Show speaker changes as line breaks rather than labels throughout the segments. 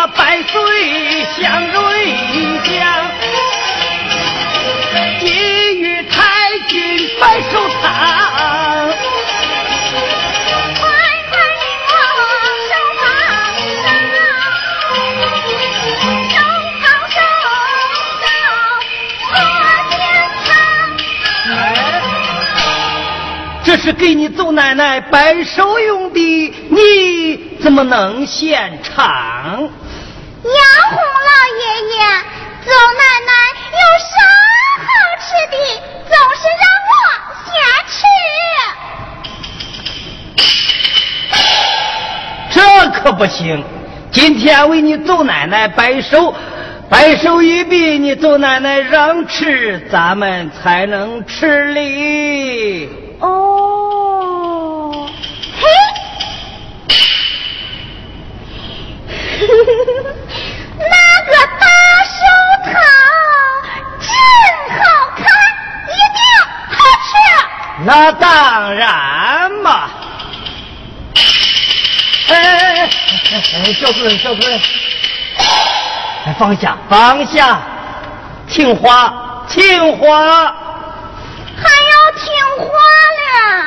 那百岁相瑞将，今与太君白寿堂。这是给你祖奶奶拜寿用的，你怎么能献唱？
杨红老爷爷，祖奶奶有啥好吃的，总是让我先吃。
这可不行，今天为你祖奶奶拜寿，拜寿一毕，你祖奶奶让吃，咱们才能吃哩。
哦，嘿，那个大寿桃真好看，一定好吃。
那当然嘛。哎，小主任，放下，听话，
还要听话了。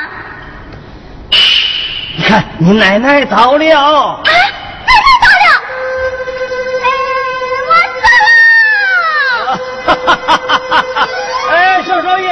你看，你奶奶到了。
啊，奶奶到了。我走了。
哎，小少爷。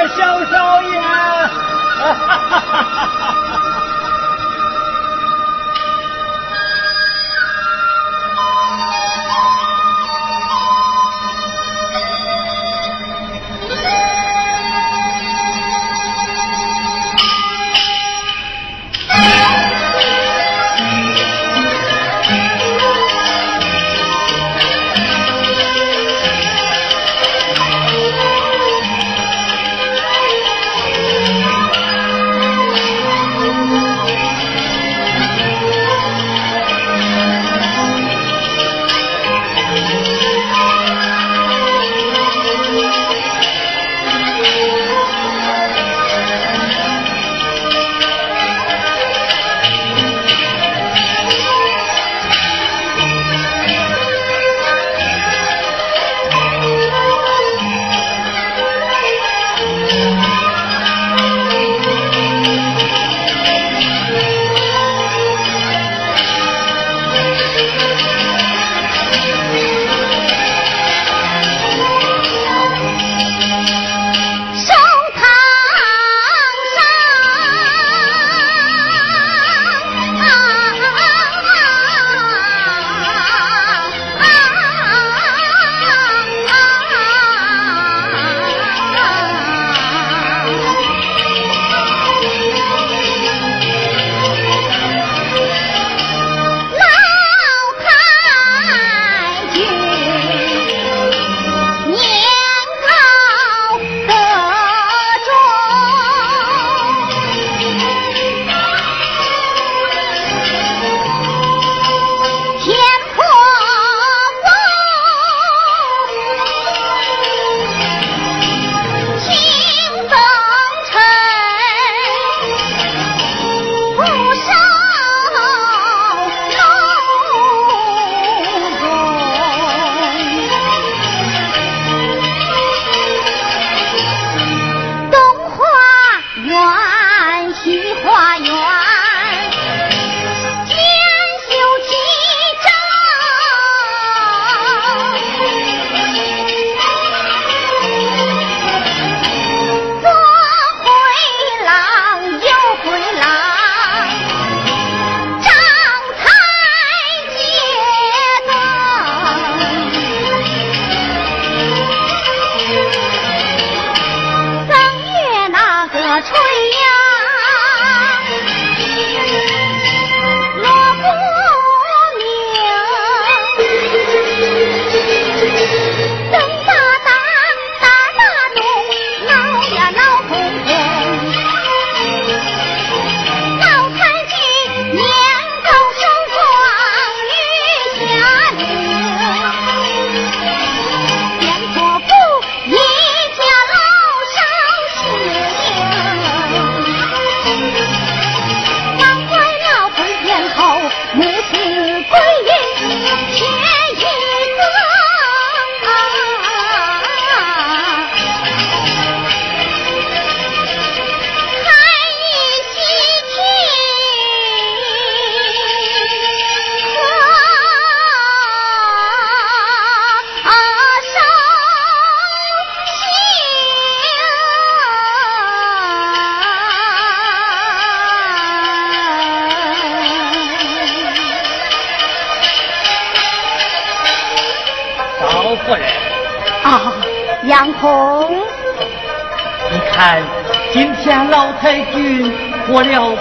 杨红，
你看今天老太君过了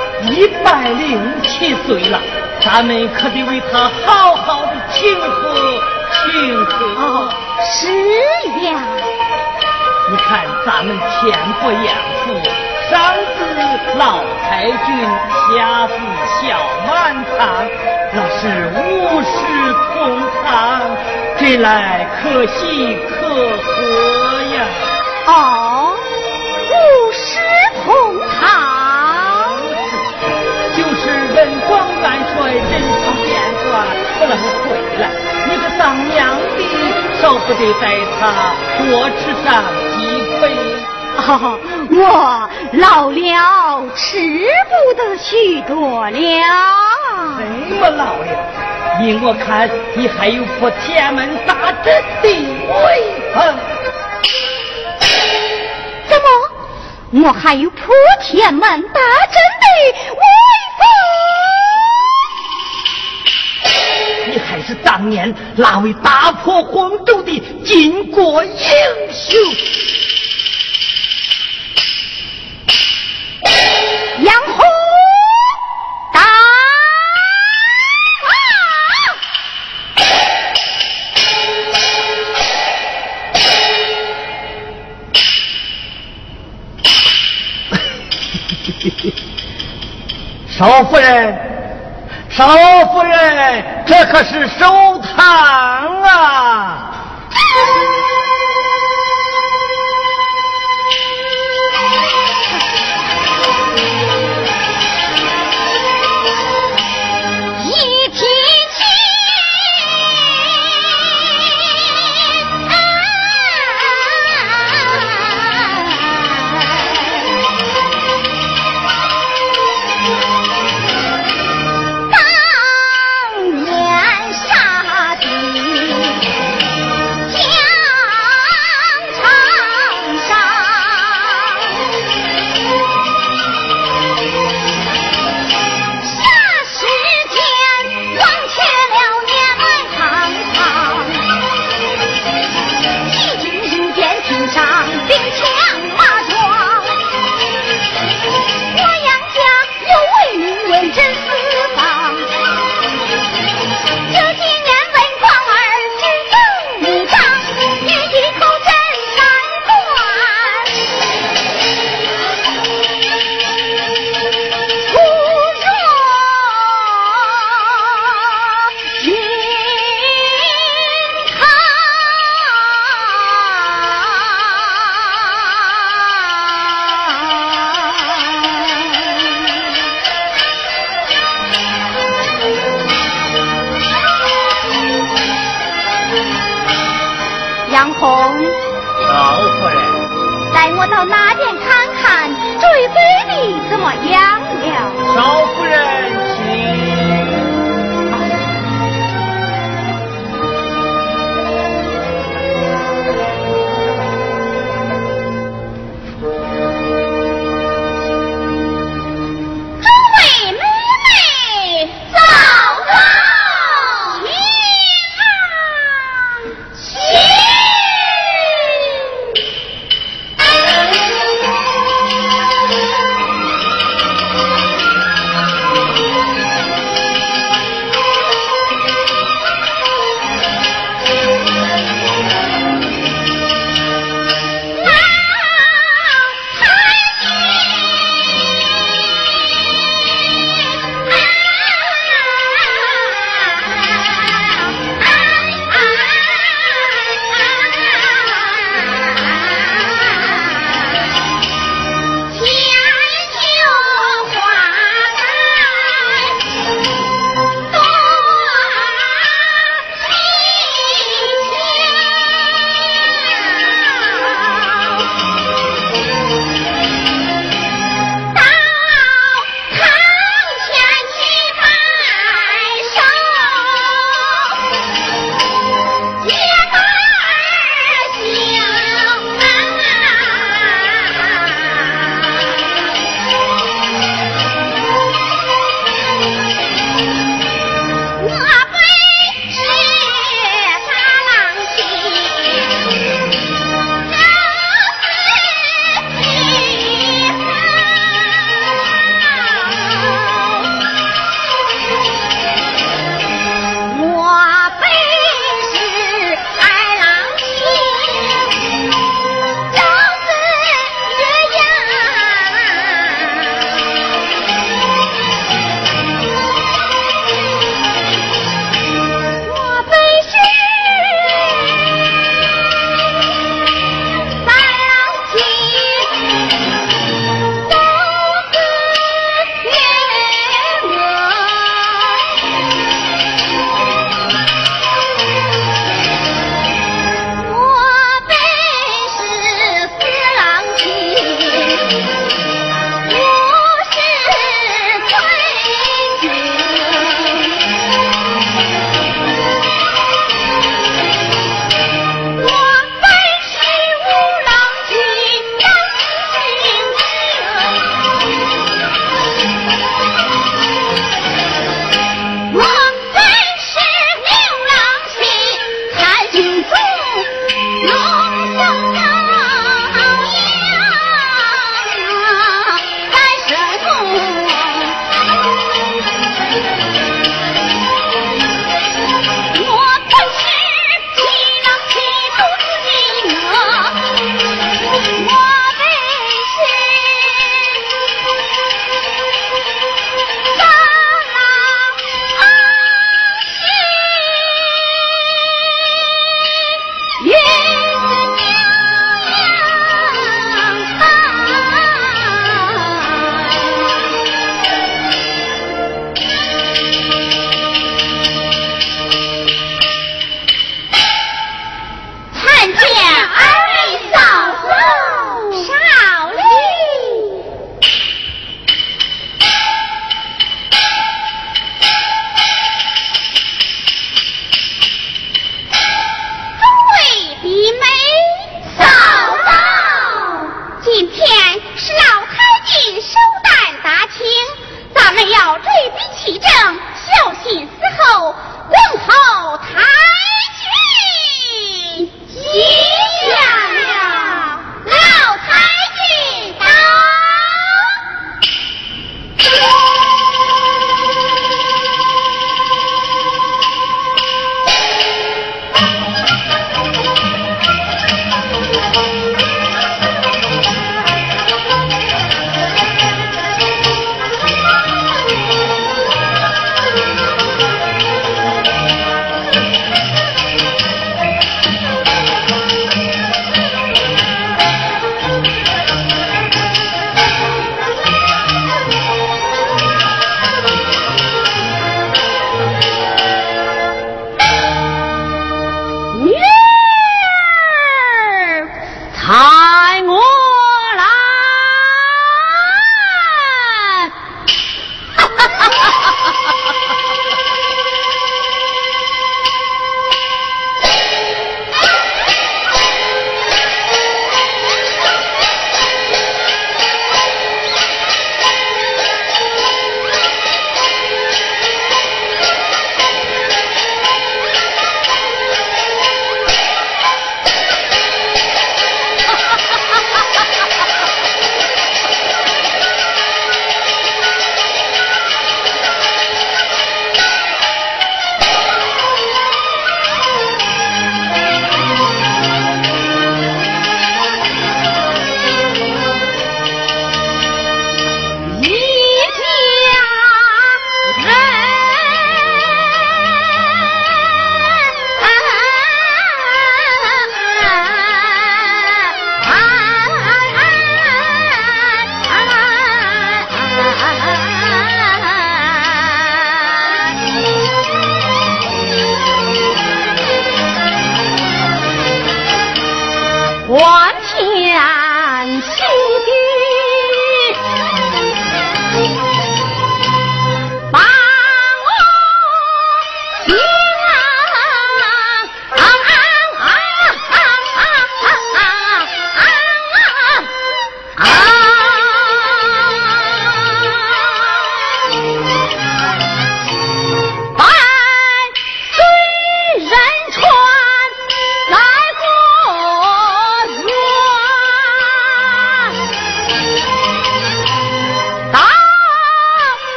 107岁了，咱们可得为他好好的庆贺庆贺。
是呀。
你看咱们天不养父，上至老太君，下至小满堂，那是无事同堂，这来可喜可贺呀。
无事同堂，
就是文广元帅人上变卦不能回来，你这当娘的少不得带他多吃上几杯。
我老了，吃不得许多了。
怎么老了？依我看，你还有破天门大阵的威风。
怎么？我还有破天门大阵的威
风？你还是当年那位打破黄州的巾帼英雄。
杨红大
少夫人，少夫人，这可是寿堂啊！
杨红，
少夫人，
带我到哪边看看坠妃的怎么样了？
少夫人，请。
请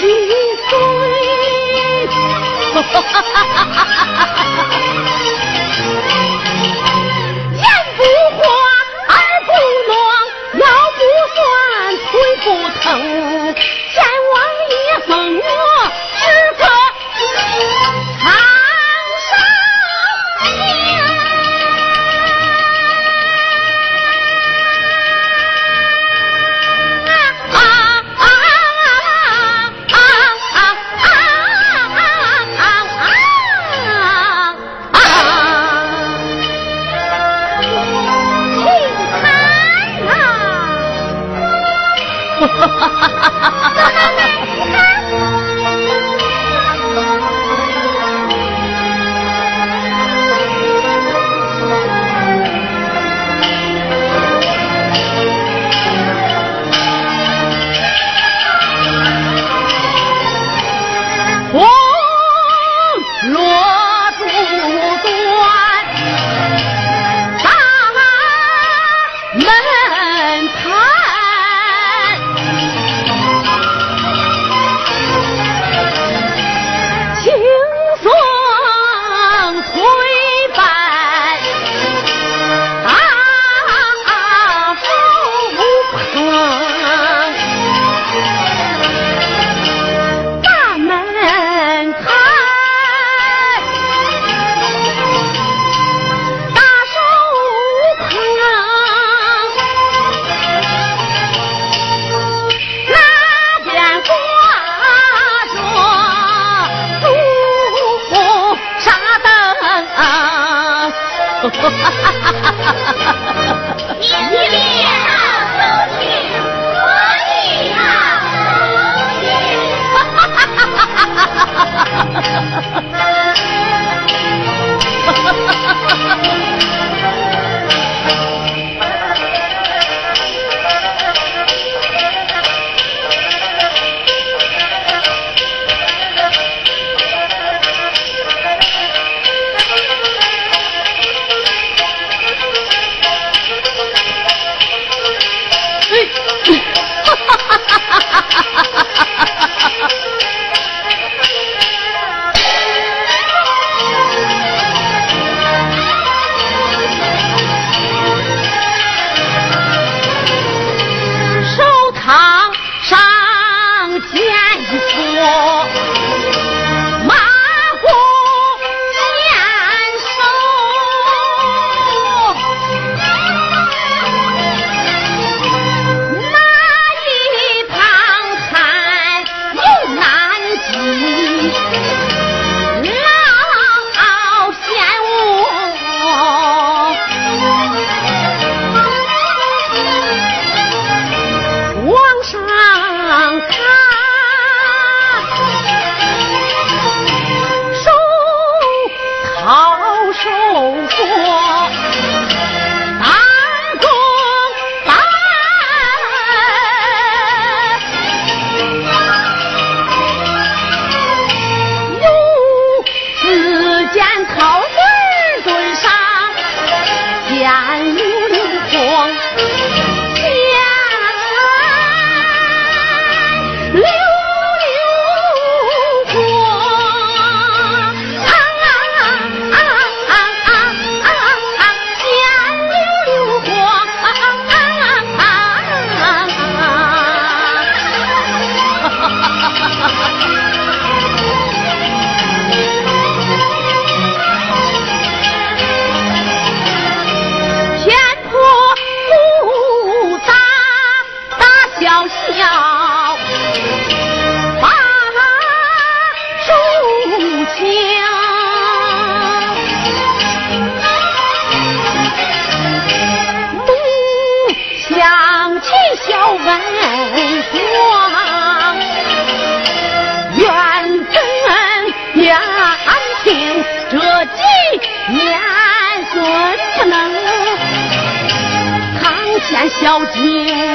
小姐，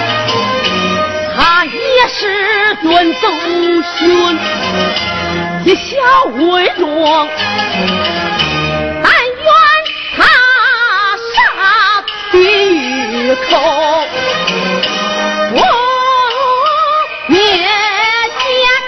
她也是尊奏勋，也小为荣。但愿她杀地狱口，我面前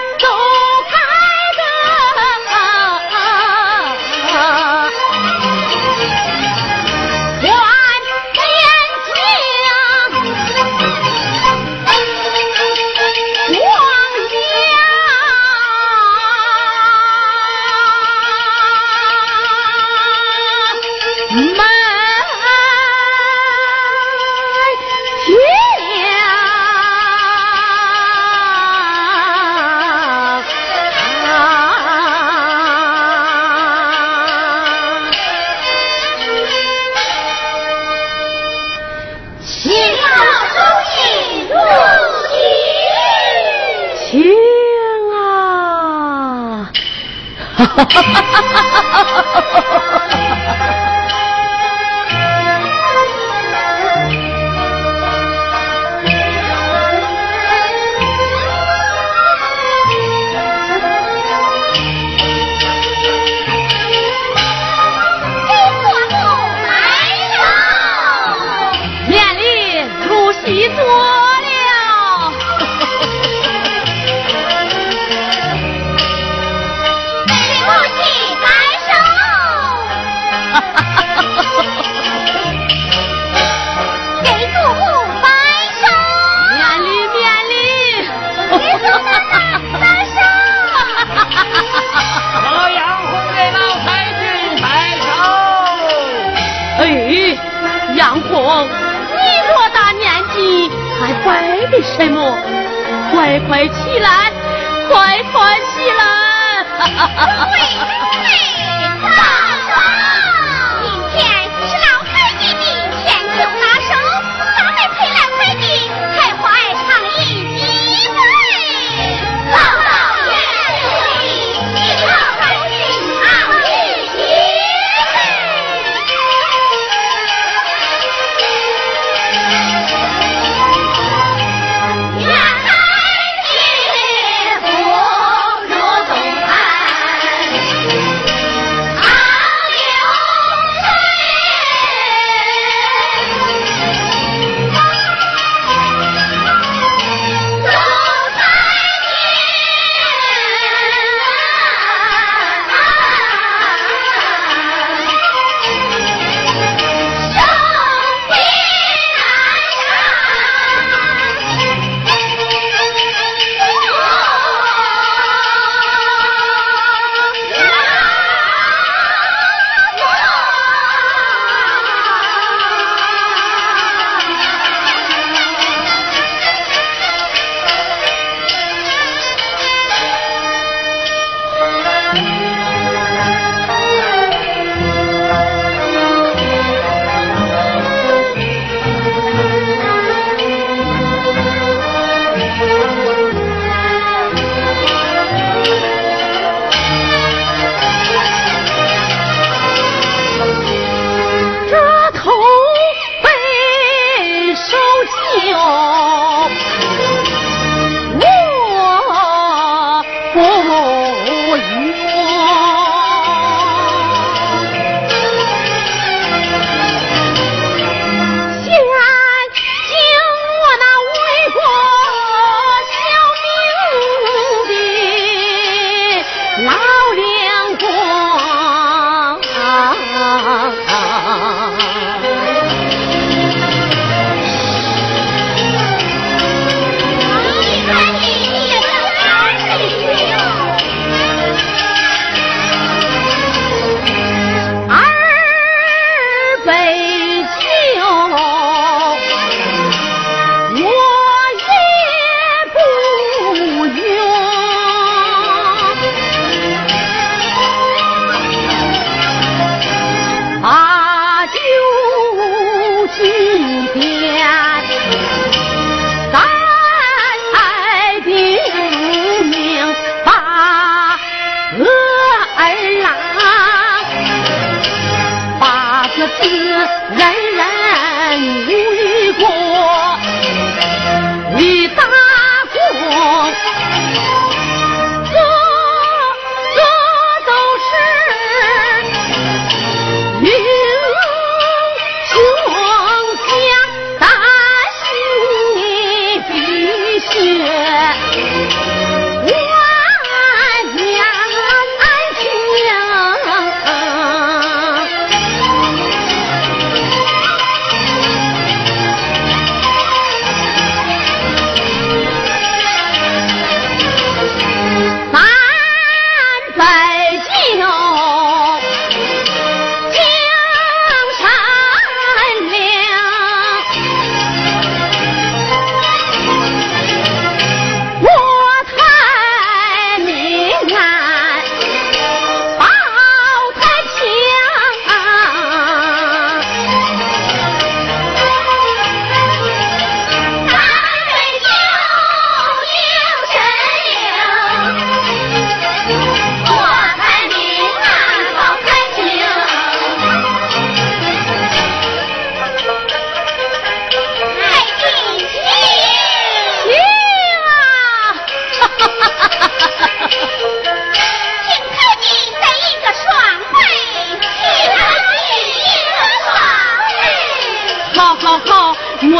什么？快起来！快起来！
大王，今天是老太君的千秋大寿，咱们陪来快递，开怀畅饮几杯。老老爷一场开心畅饮几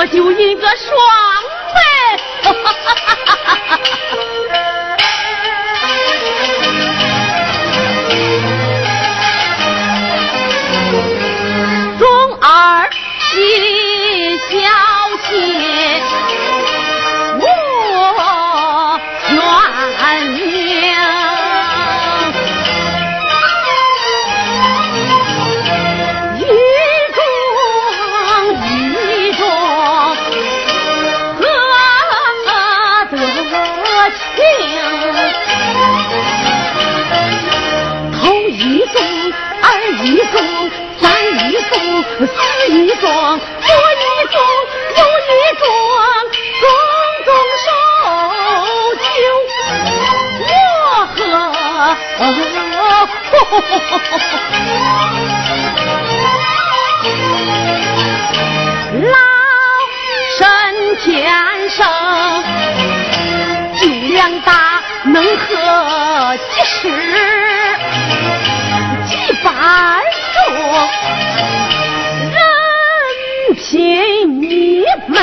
我就赢个双倍。钟儿心小心，我原谅。一桩，三一桩，四一桩，多一桩，又一桩，桩桩收就我老身天生力量大，能喝几时半种人品你们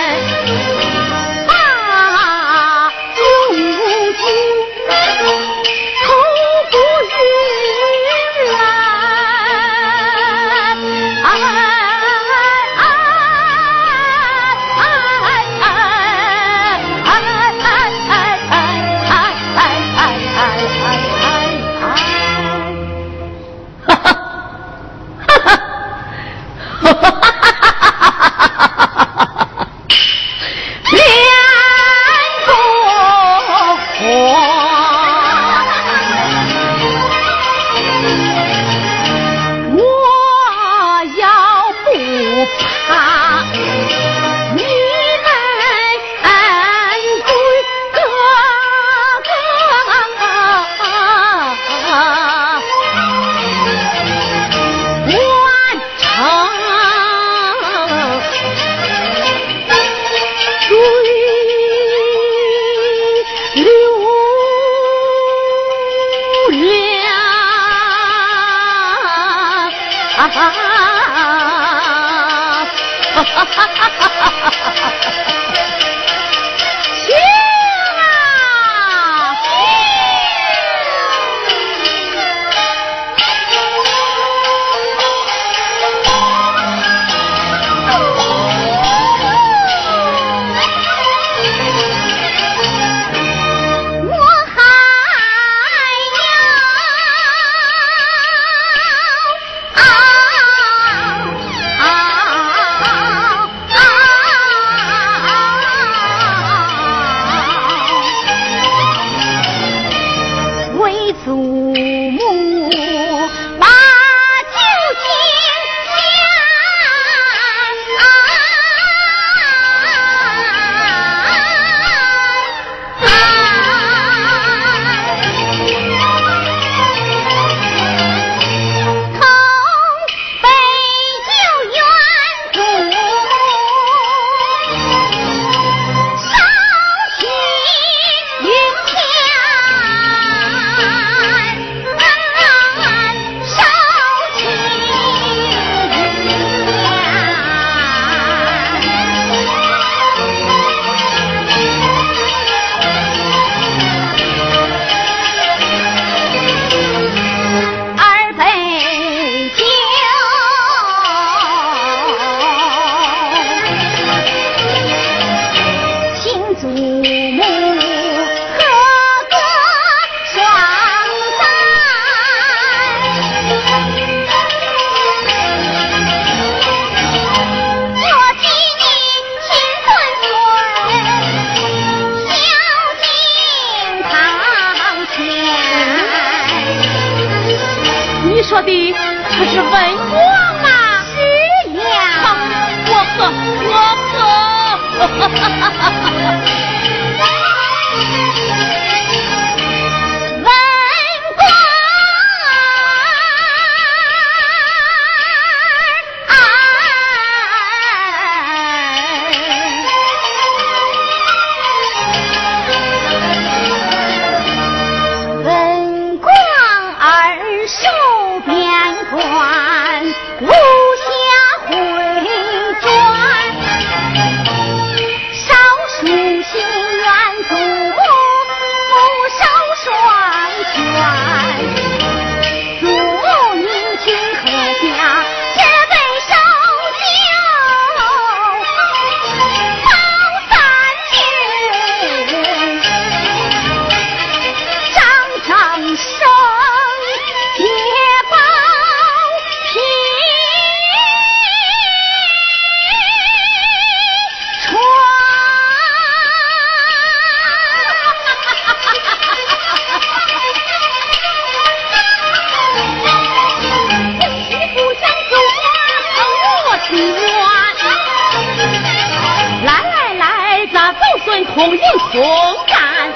大究竟头不晕说的可是文王吗？
是呀。
好，我喝。
无暇回转。
同营同战。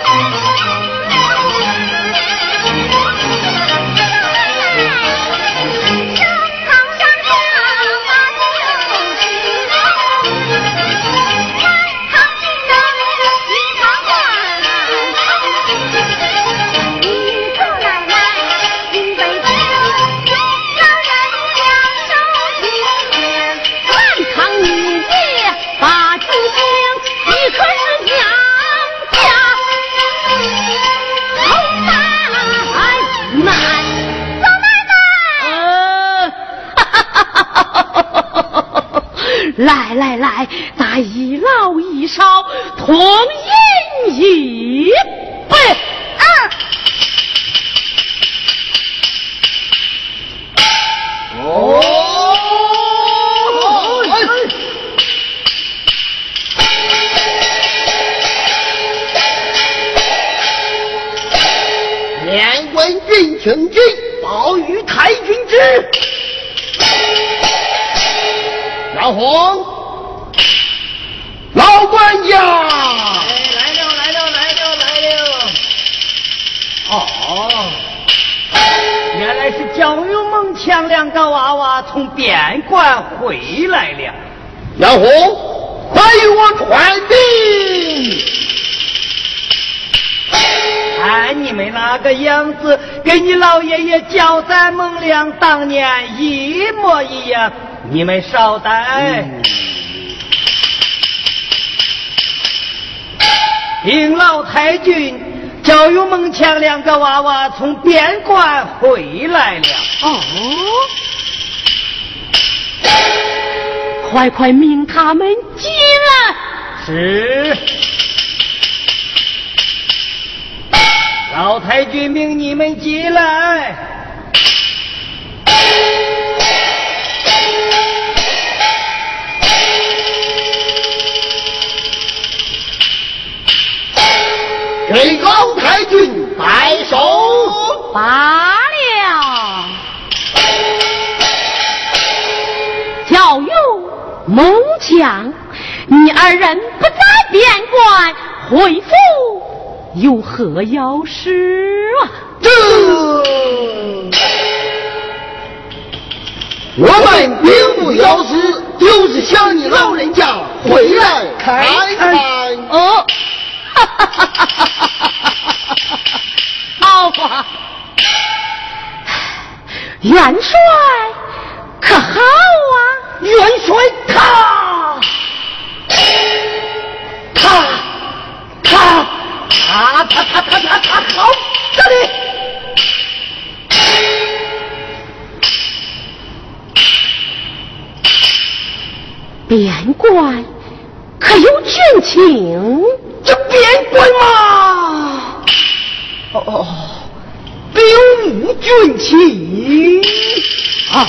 来来来，咱一老一少同饮一杯。
连官军请进，
报与太君之。
老洪，老官家，
来了。哦，原来是焦勇猛强两个娃娃从边关回来了。
老洪，快与我传令。
看你们那个样子，跟你老爷爷焦赞猛亮当年一模一样。你们稍待，禀老太君，焦勇猛强两个娃娃从边关回来了。
哦，快命他们进来。
是。老太君命你们进来。
给老太君摆手。
罢了。焦勇猛强，你二人不在边关回府，有何要事啊？
我们并不要事，就是向你老人家回来看看。
哦，好啊，元帅可好啊？
元帅他好，这里。
边关可有军情？
这边关嘛，并无军情啊。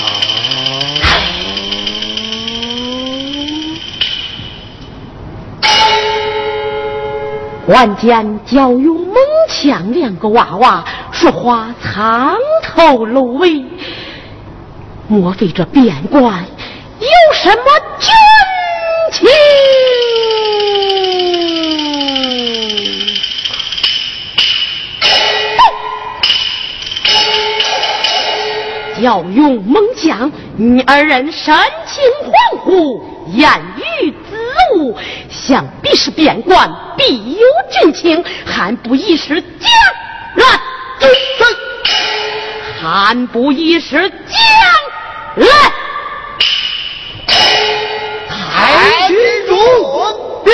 晚间焦勇猛强两个娃娃说话藏头露尾，莫非这边关有什么军情？焦勇猛强，你二人神情恍惚，言语自误，想必是边关必有军情，还不一时将来，还不一时将来。
太君主兵，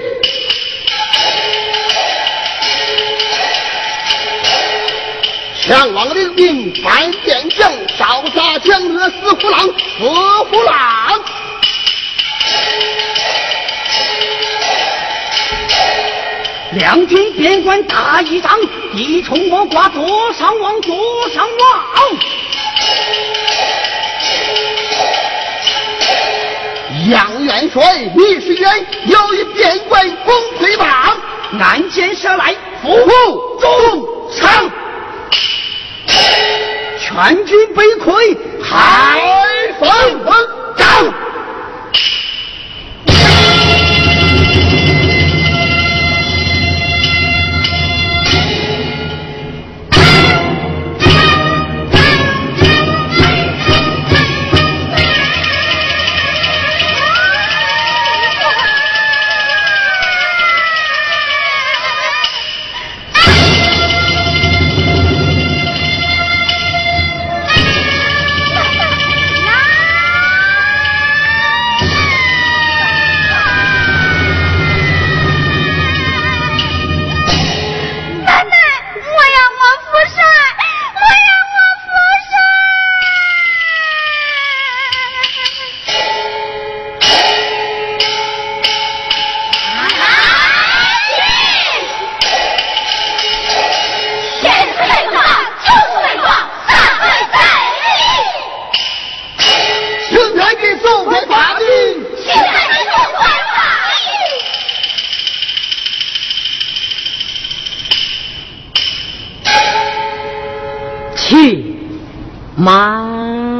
前往领兵反边将，烧杀抢掠死虎狼，
两军边关打一仗，敌冲我寡，左上望。
杨元帅，你是冤，有一边关攻推棒，
暗箭射来，
伏中上，
全军被溃，
海风张。
去慢，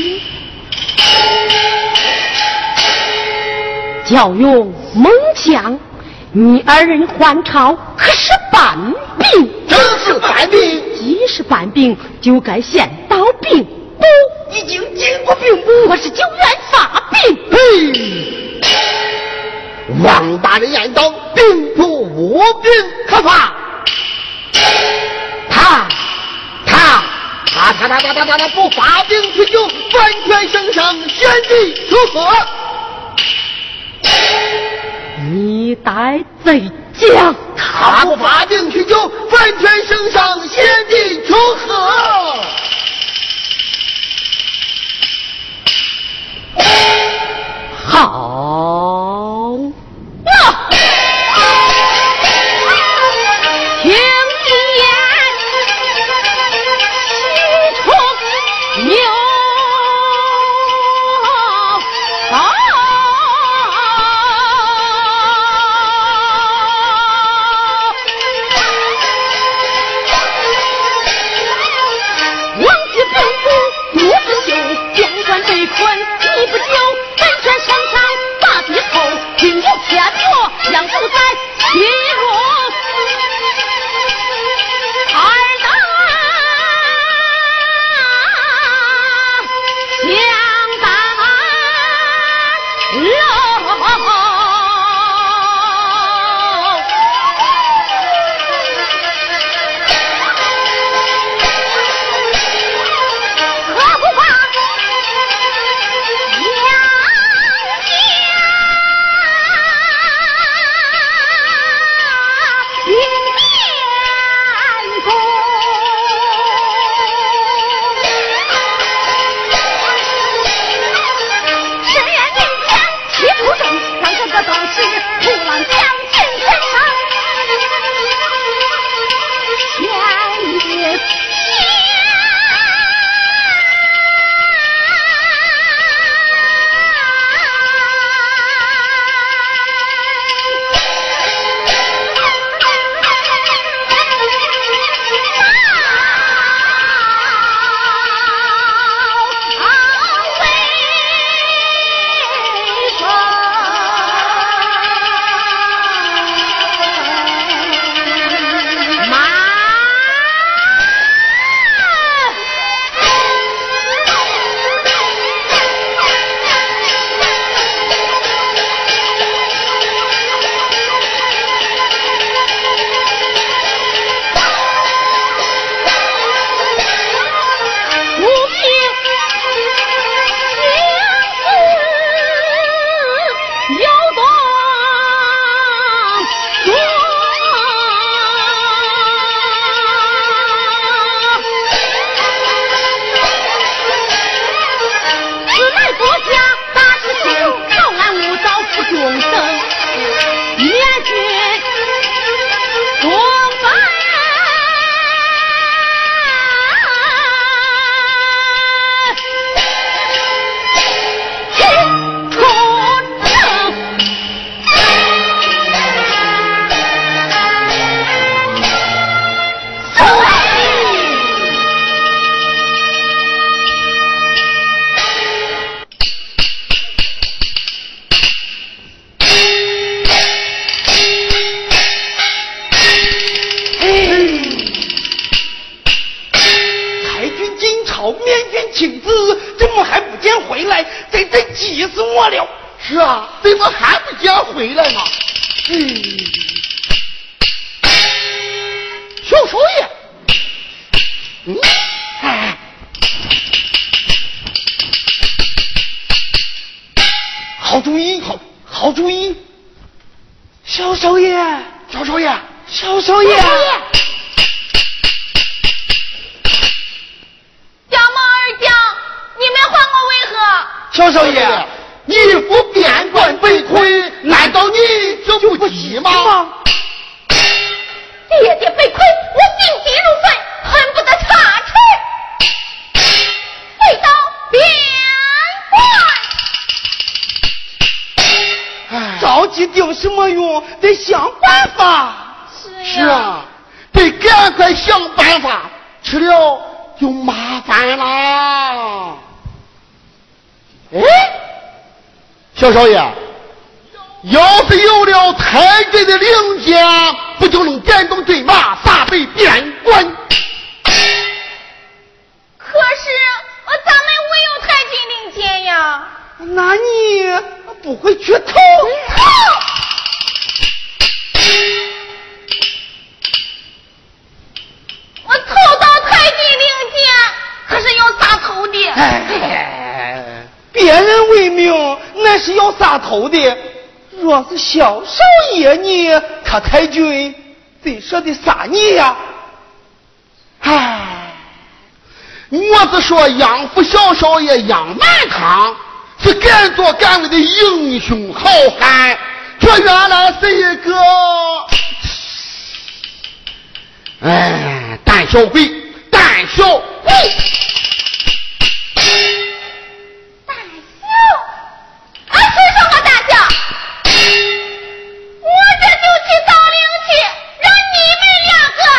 教用猛将，你二人还朝可是半病？
真是半病。
既是半病，就该先到病部。
已经经过病部，
我是九原发病。
嘿，王大人言道，病部无病可发。他不发病去就完全升上先帝出河。
你待再讲。
他不发病去就完全升上先帝出河。
好，听言西出牛刀，王居本部不知羞，边关被困你不救，本身上场大地后，君有天作，将主宰其若二大相当喽。
是啊，怎么还不见回来呢？小少爷，好主意，好主意。
小少爷，
小少爷，
小少爷，
家妈二家，你们还我为何？
小少爷，义父边关被困，难道你就不急吗？
爹爹被困，我心急如焚，恨不得插翅飞到边
关。着急有什么用？得想办法。
是啊，得赶快想办法，吃了就麻烦啦。哎，小少爷，要是有了太监的令箭，不就能感动骏马，杀北边关？
可是咱们没有太监令箭呀。
那你不会去偷？
我偷到太监令箭，可是要杀头的。
哎，别人为命那是要杀头的，若是小少爷你，他太君怎舍得杀你呀？
唉，我是说杨府小少爷杨满堂是敢作敢为的英雄好汉，这原来是一个胆小鬼，胆小鬼。
胆小？说什么胆小？我这就去当令去，让你们两个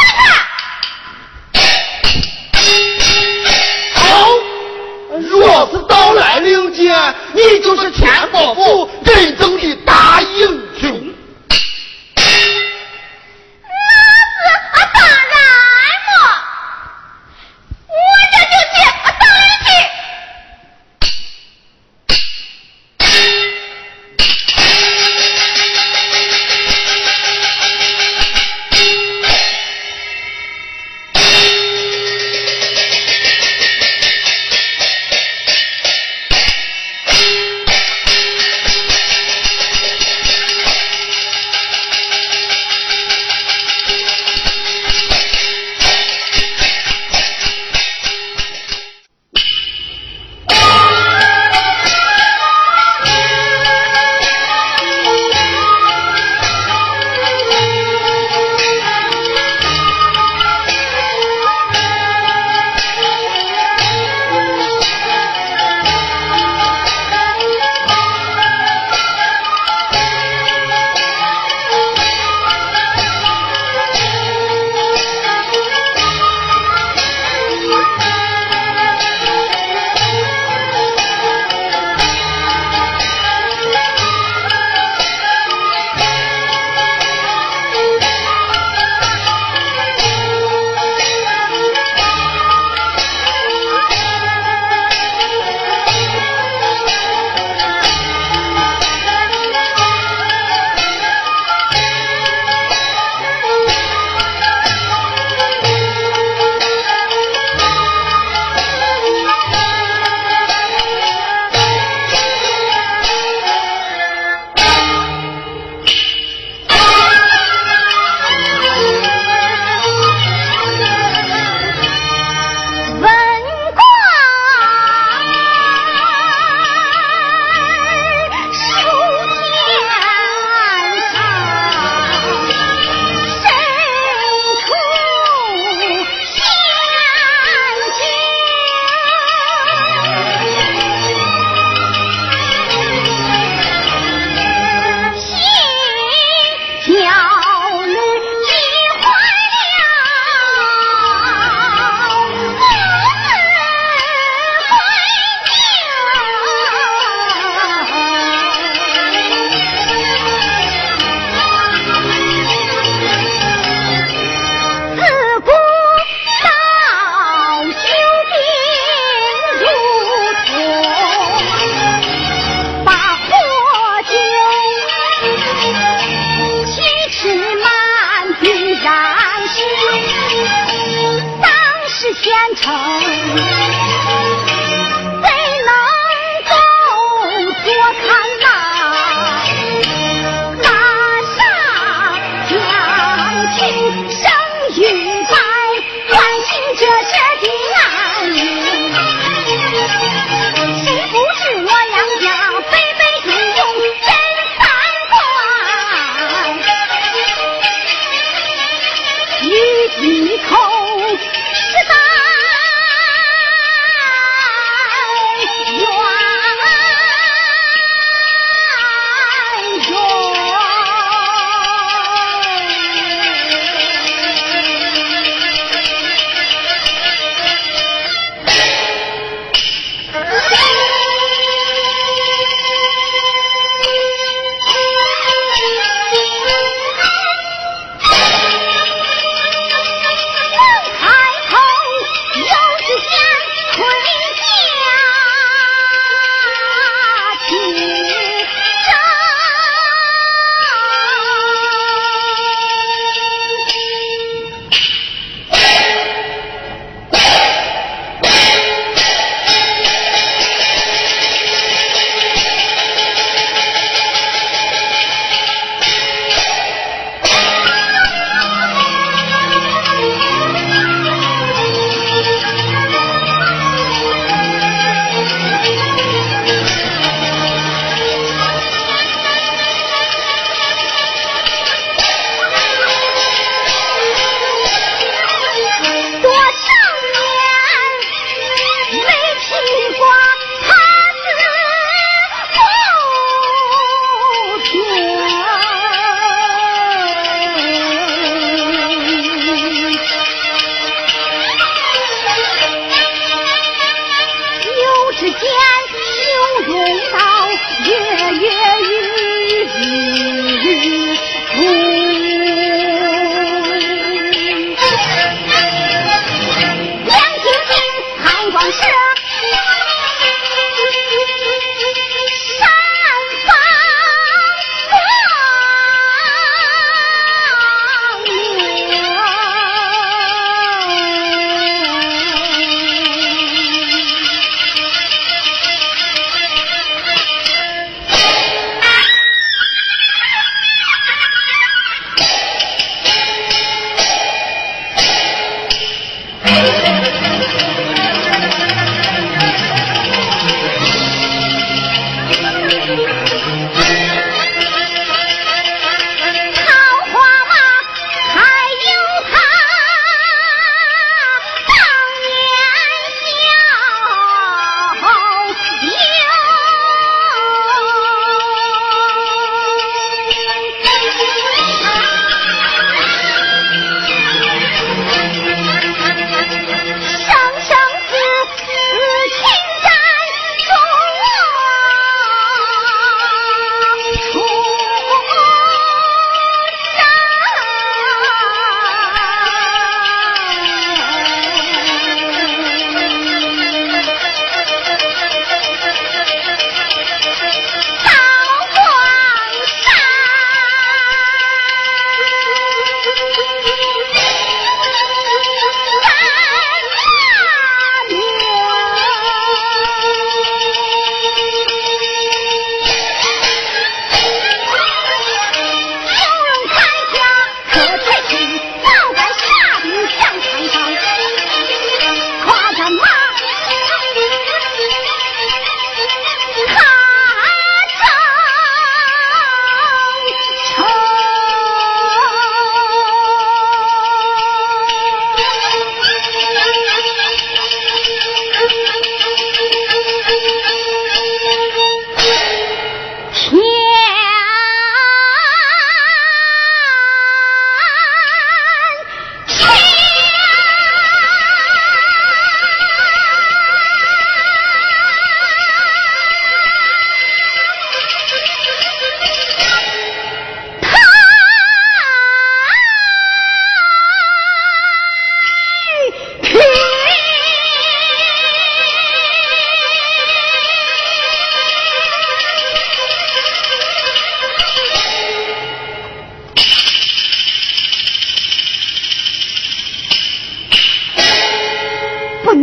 看看。
好，若是到来令箭，你就是天宝府真正的大英雄。
当然嘛，我这就去当令去。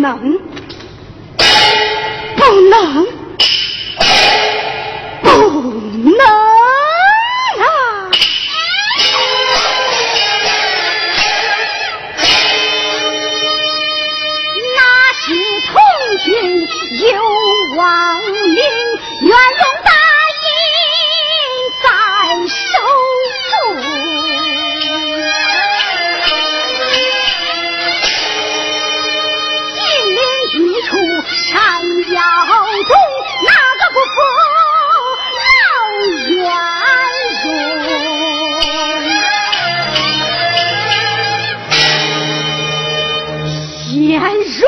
能，不能，不能啊！那些童军有亡灵，愿用大印在手中。金陵一处山腰中，哪个不服老元荣？现如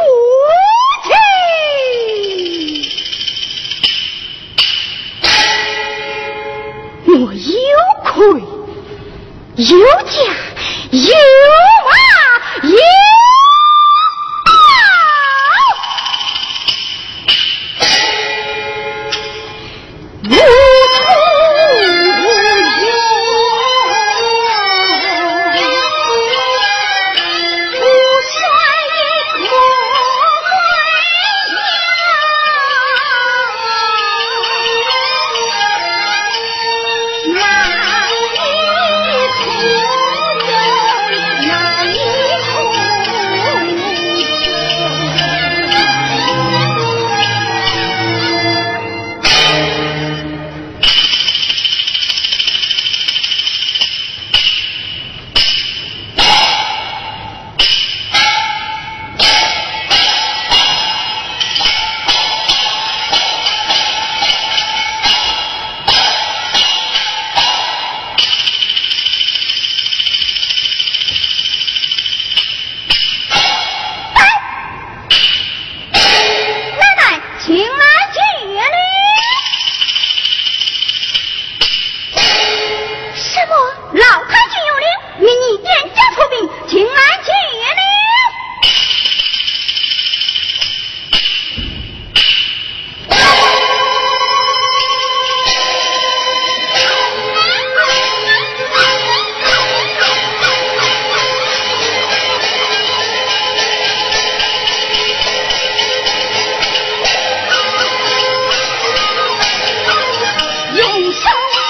我有亏有家有马有宝，无处有无帅莫归难以同人，难以同奶奶，请来军令。什么？老太君有令，命你点将出兵，请来军令。用手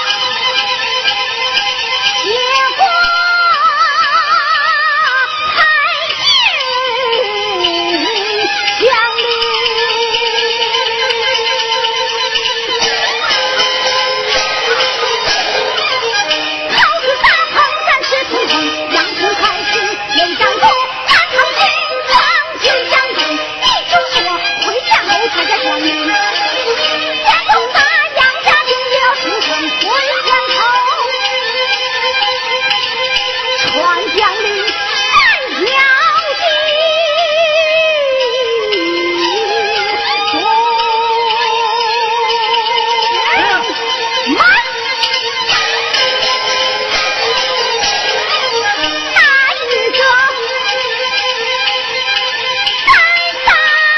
接过太君将领，好似大唐战士出征，杨出太君有张弓，大唐军闯进江东，你就说会战后才在庄园，山东大杨家军也要出征会江头，传将领三角计慢。哪一个在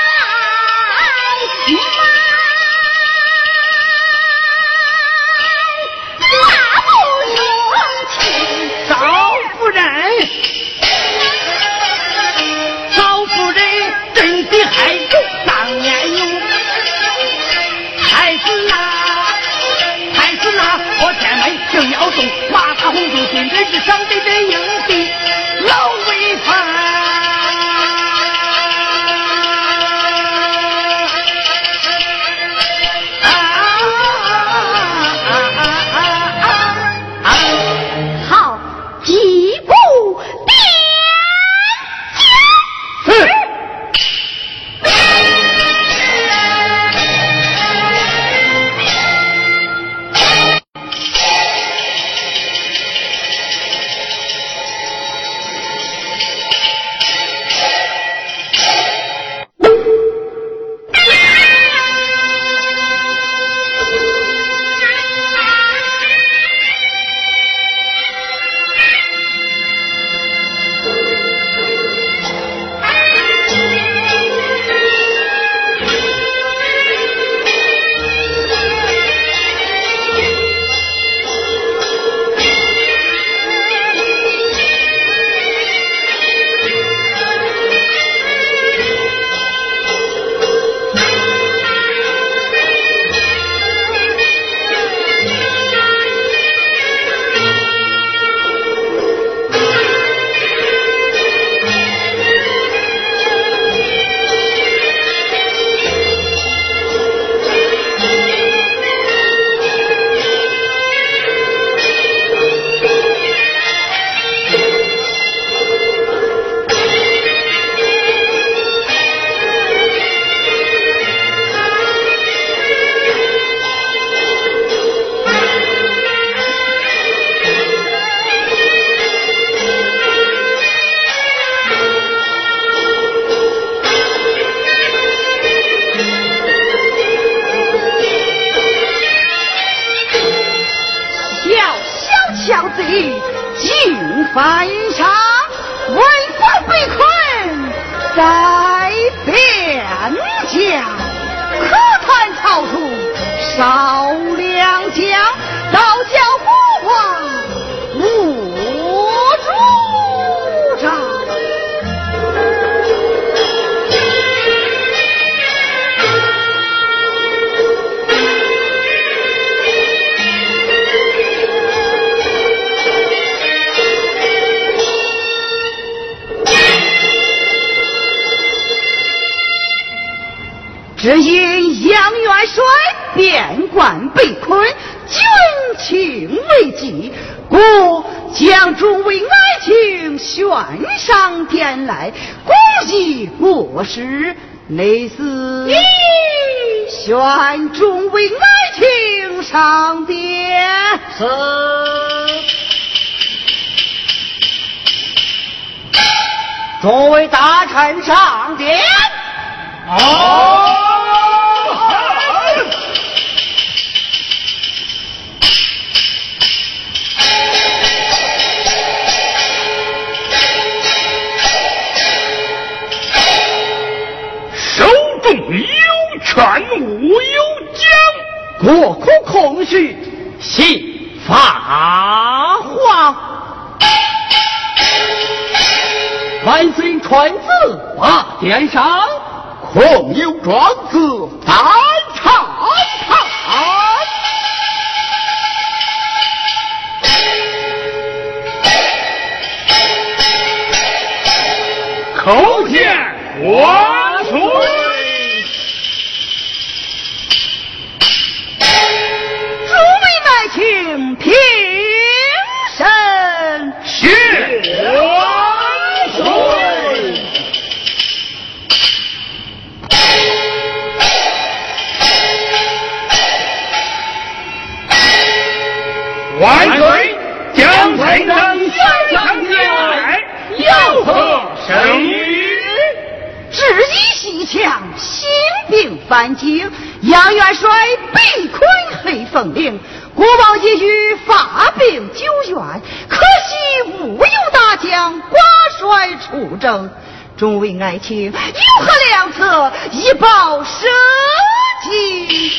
那不容情。
赵夫人，赵夫人真比孩子当年勇，还是那我天门正要动，马踏红中军人之上的这英帝老威范。
好，几步点将。 在边疆，可叹朝中少良将，倒叫国王无主张。只因杨元帅边关被困，军情危急，故将众位爱卿悬上殿来，恭喜国师。内司选众位爱卿上殿。
是。众位大臣上殿。
手中有权无有奖，
国库空虚，系发黄。万岁传旨把殿上，
空有状子反查判。
叩见万岁。
诸位爱卿平身。
谢万岁。万岁，将才能选上殿来，有何圣谕？
至于西墙，新兵反京，杨元帅被困黑风岭，国王急需发兵救援，可惜无有大将挂帅出征。众位爱卿，有何良策以报社稷？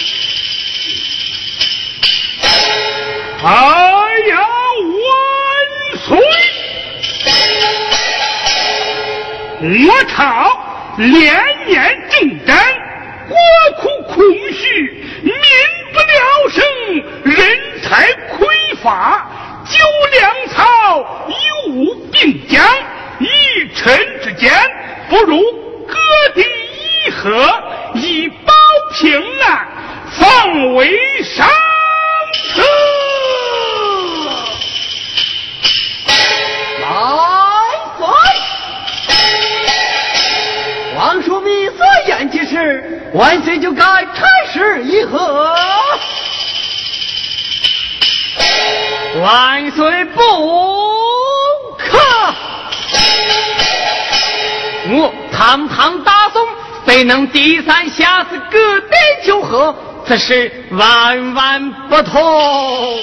哎呀，万岁！我朝连年征战，国库空虚，民不聊生，人才匮乏，救粮草，又无兵将，一臣之间，不如各地议和，以保平安，方为上策。
王叔密所言之事，万岁就该阐释议和。万岁不可！我堂堂大宋，怎能低三下四各地求和？此事万万不同。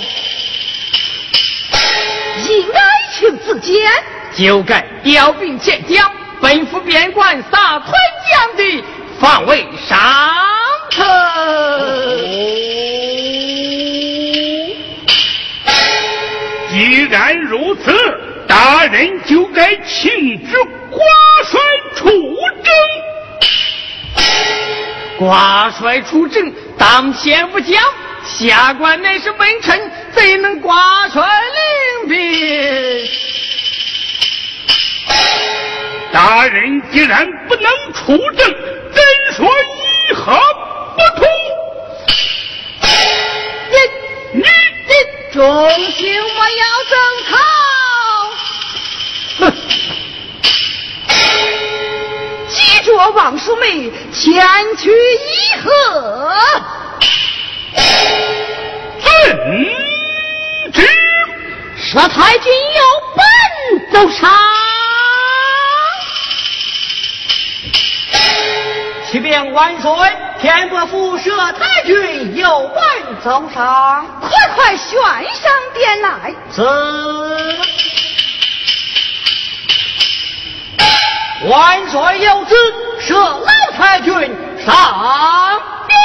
以爱卿自荐，
就该调兵遣将，奔赴边关，杀退疆地，方为上策。
既然如此，大人就该请旨挂帅出征。
挂帅出征，当先不讲，下官乃是文臣，怎能挂帅领兵？
大人既然不能出征，怎说议和不同？你
众卿莫要争吵。
哼！
记着王淑梅前去议和。
遵旨。
佘太君有本奏上。
启禀万岁，天国府佘太君有本奏上，
快悬上殿来。
是。 万岁有旨，赦老太君上殿。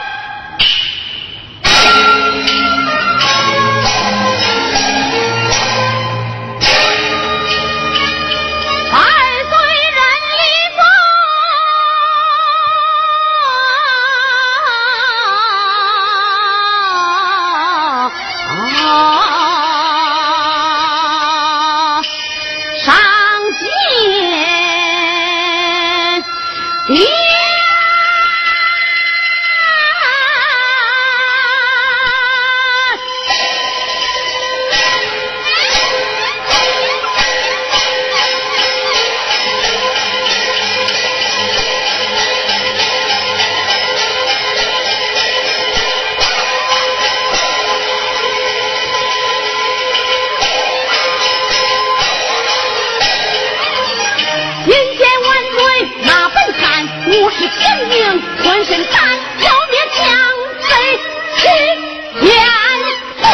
浑身胆要灭强贼去天断，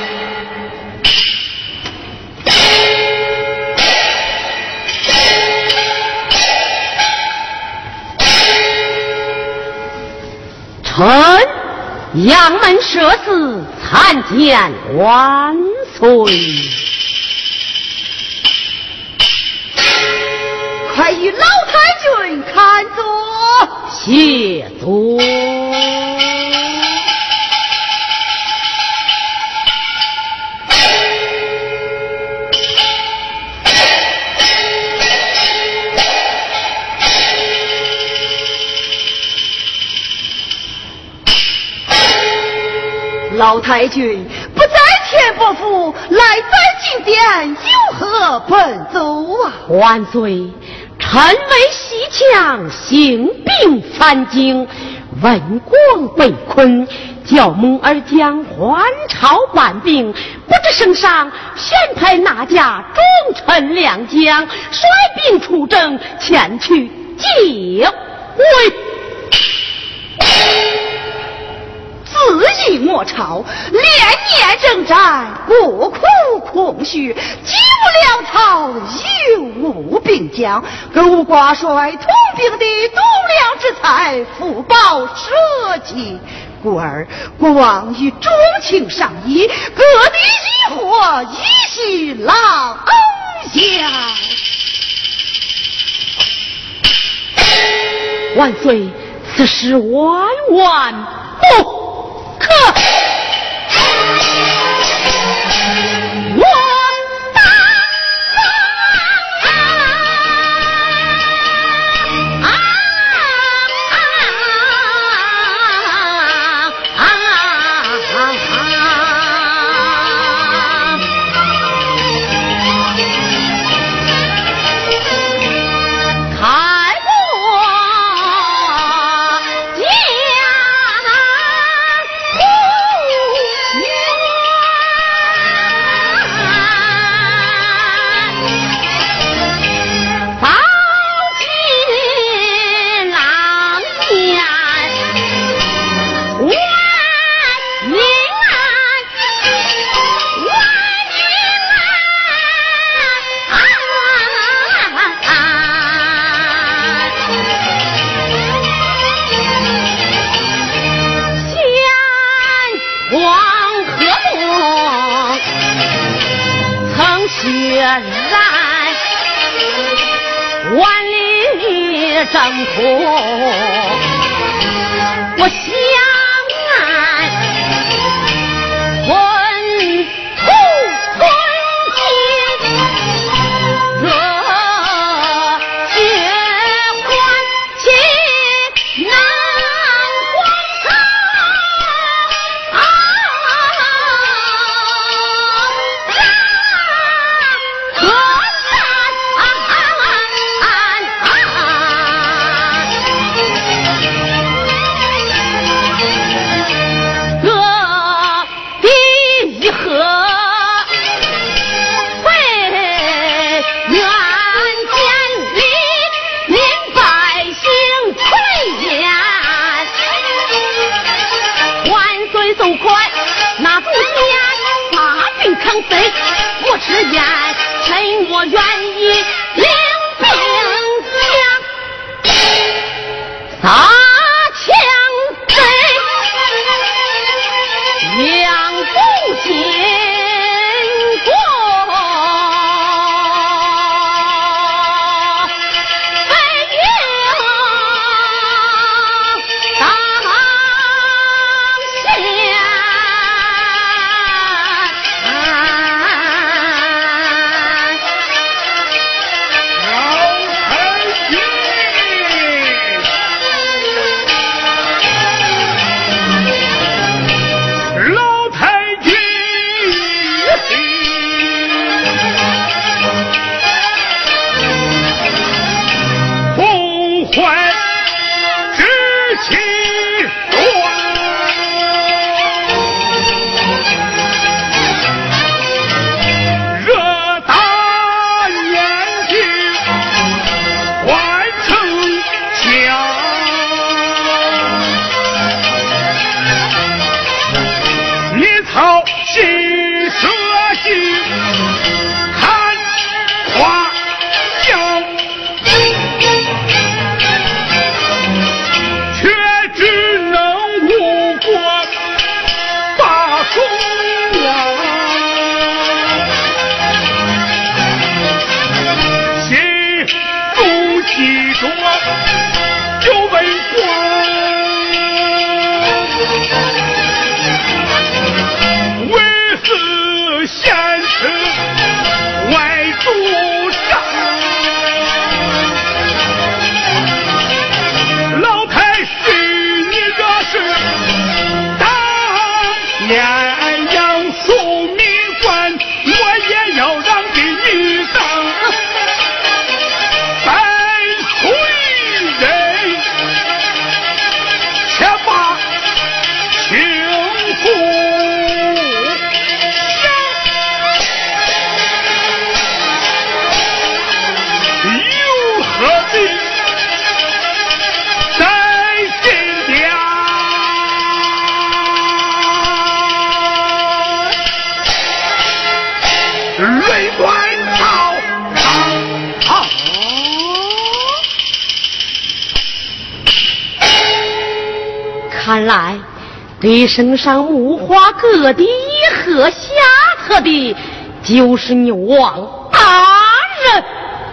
臣杨门社司参见万岁。快与老太君看坐。谢座。老太君不在天伯府，来在金殿，有何本奏啊？万岁。臣为西墙行病返京，文广被困，教蒙儿将还朝办病，不知圣上选派哪家忠臣良将率兵出征，前去救回。自缢莫朝，连年征战，国库空虚，既无粮草，又无兵将，更无挂帅统兵的度量之才，福报社稷。故而国王与众卿商议，各地一伙一息劳下。万岁，此事万万不可！我大征途，我相爱混土寸金，热血换情难荒唐。我吃言，趁我愿意领兵。
说就为官，为此先是外主上，老太师你这是当年要庶民官，我也要让给你当百岁人，且把情妇有何必在心间？雷官好，好，
看来对身上木花各地和下特的，就是你王大人。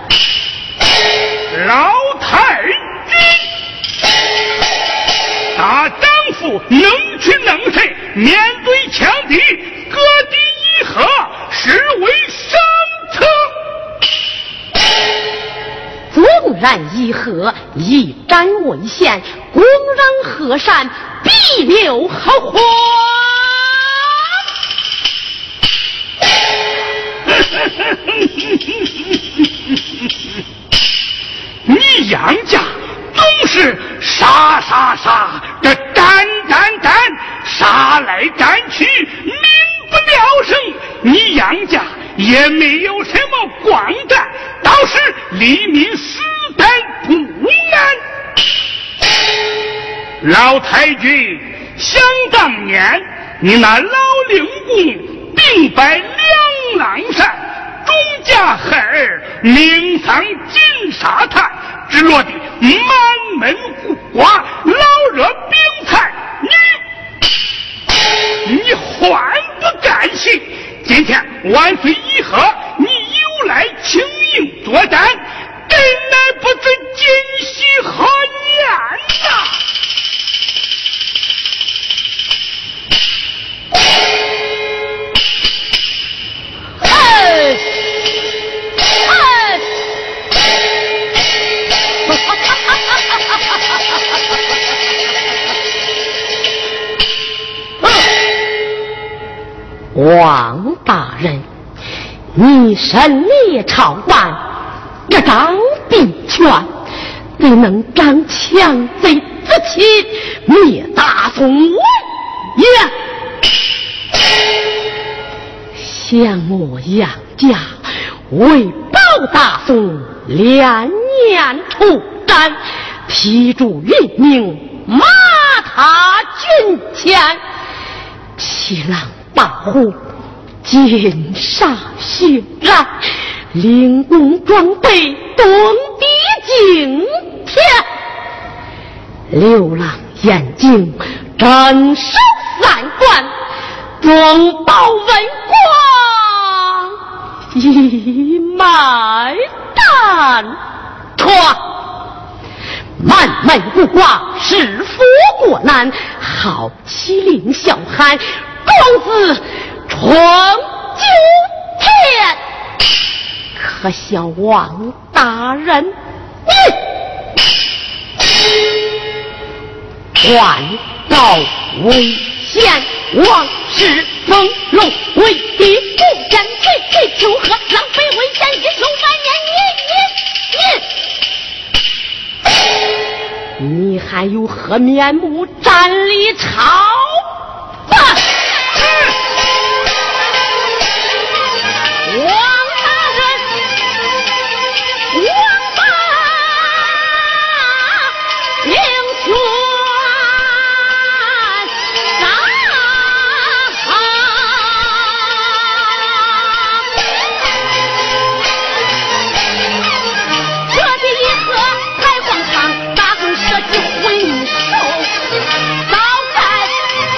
老太君，大丈夫能屈能伸，面对强敌，各地议和，实为上策。
纵然议和，一战为险，公然和善，必留后患。
你杨家总是杀，这战，杀来战去，民不聊生。你杨家也没有什么光干，倒是黎民死担不安。老太君，想当年你那老令公兵败两狼山，钟家孩儿命丧金沙滩，只落得满门孤寡，老弱病残。你还不甘心？今天万岁议和，你又来请缨作战，真乃不知今夕何年呐！
王大人，你身列朝官，这掌兵权，怎能张强贼之气，灭大宋为也？想我杨家为保大宋，连年出战，提出运命，马踏军前，七郎大户，金沙血染，领弓装备，东敌惊天。刘郎眼睛，镇守三关，装包文光，一脉单传。满门不挂，是福国难，好欺凌小汉，公子闯九天。可笑王大人，你官告危险，王室封龙为敌，不敢对敌求和，浪费危险，一手万年，你还有何面目站立朝吧？王大人，王八英雄杀，这的一河太荒唐，大宋社稷混手，早在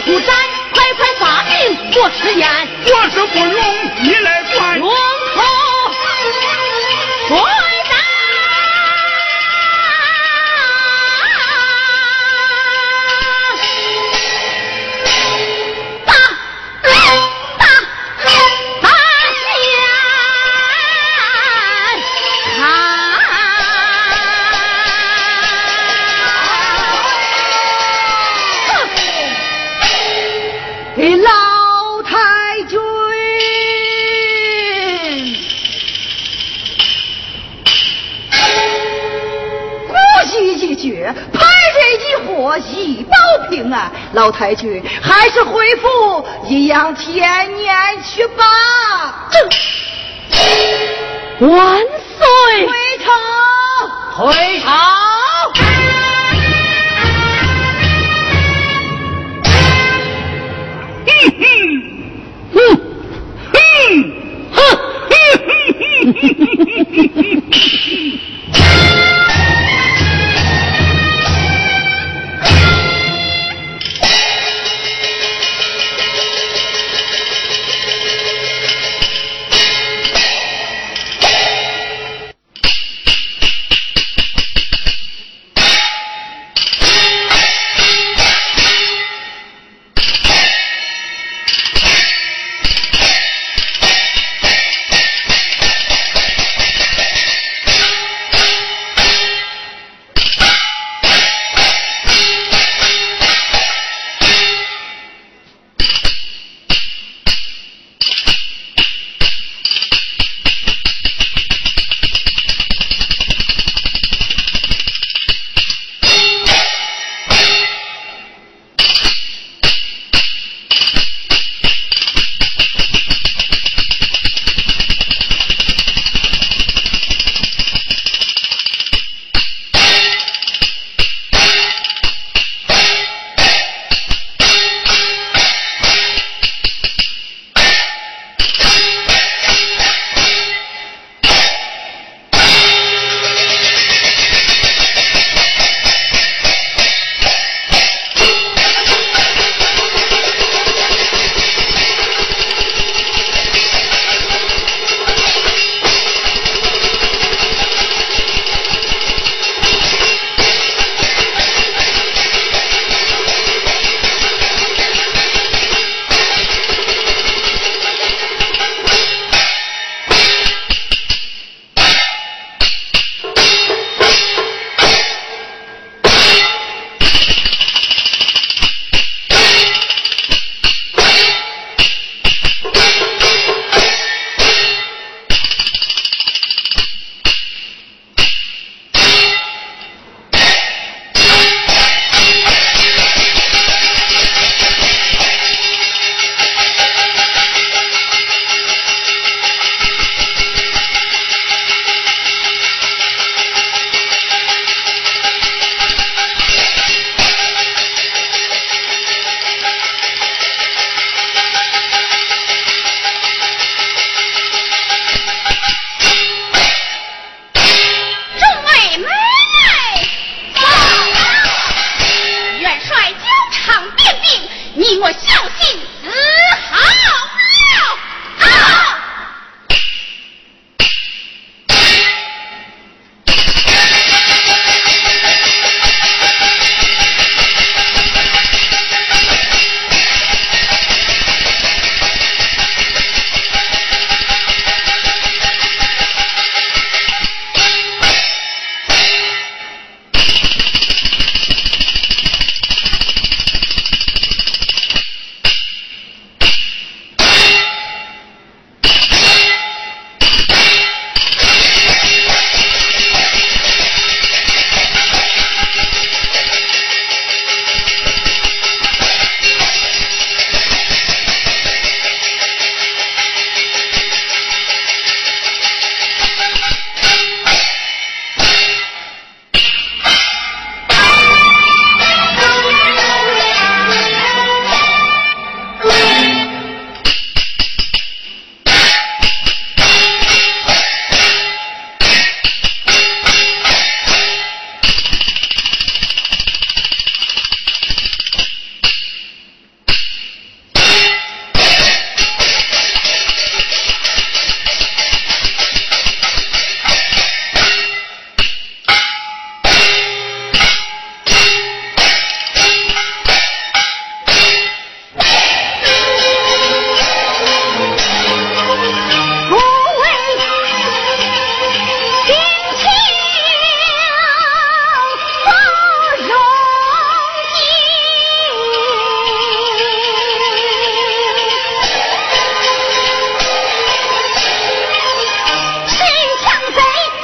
虎斩，快快发兵我吃烟。
我是不容你来管。
龙头对战。老太君，古语一句，排人一祸，一保平安。老太君还是恢复阴阳天年去吧。万岁！回朝，回朝。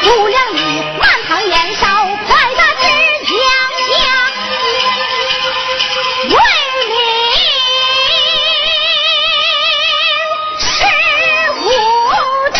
不两里满堂烟烧，快打只将将，为民是无情。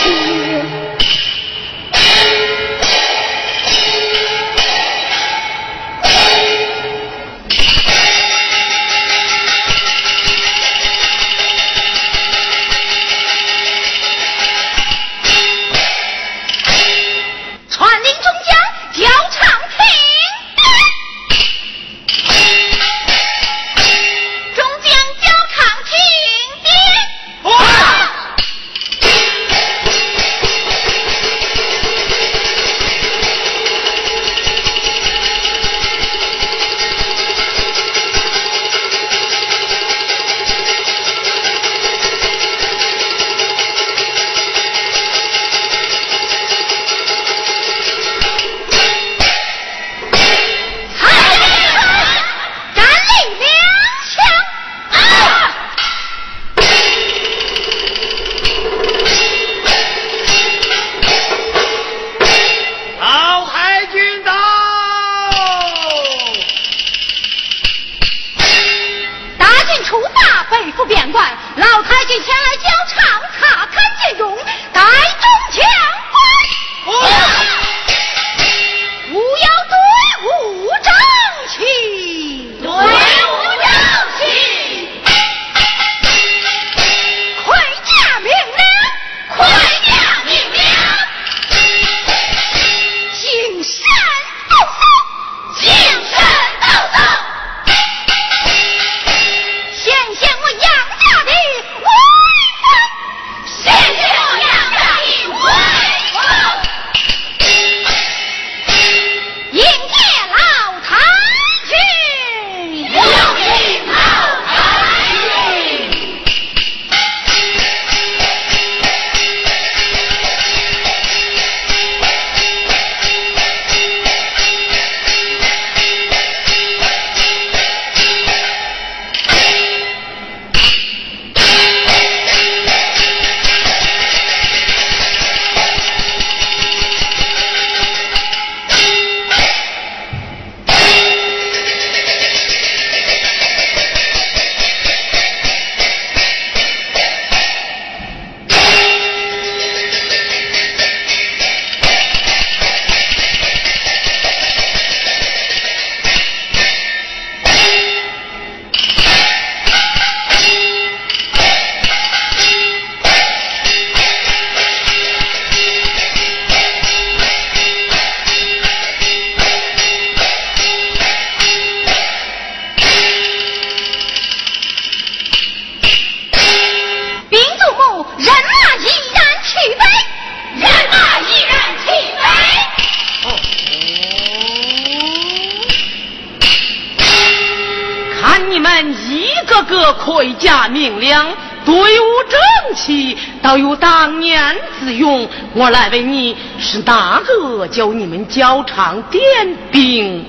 盔甲明亮，队伍整齐，倒有当年之勇。我来问你，是哪个教你们教唱点兵？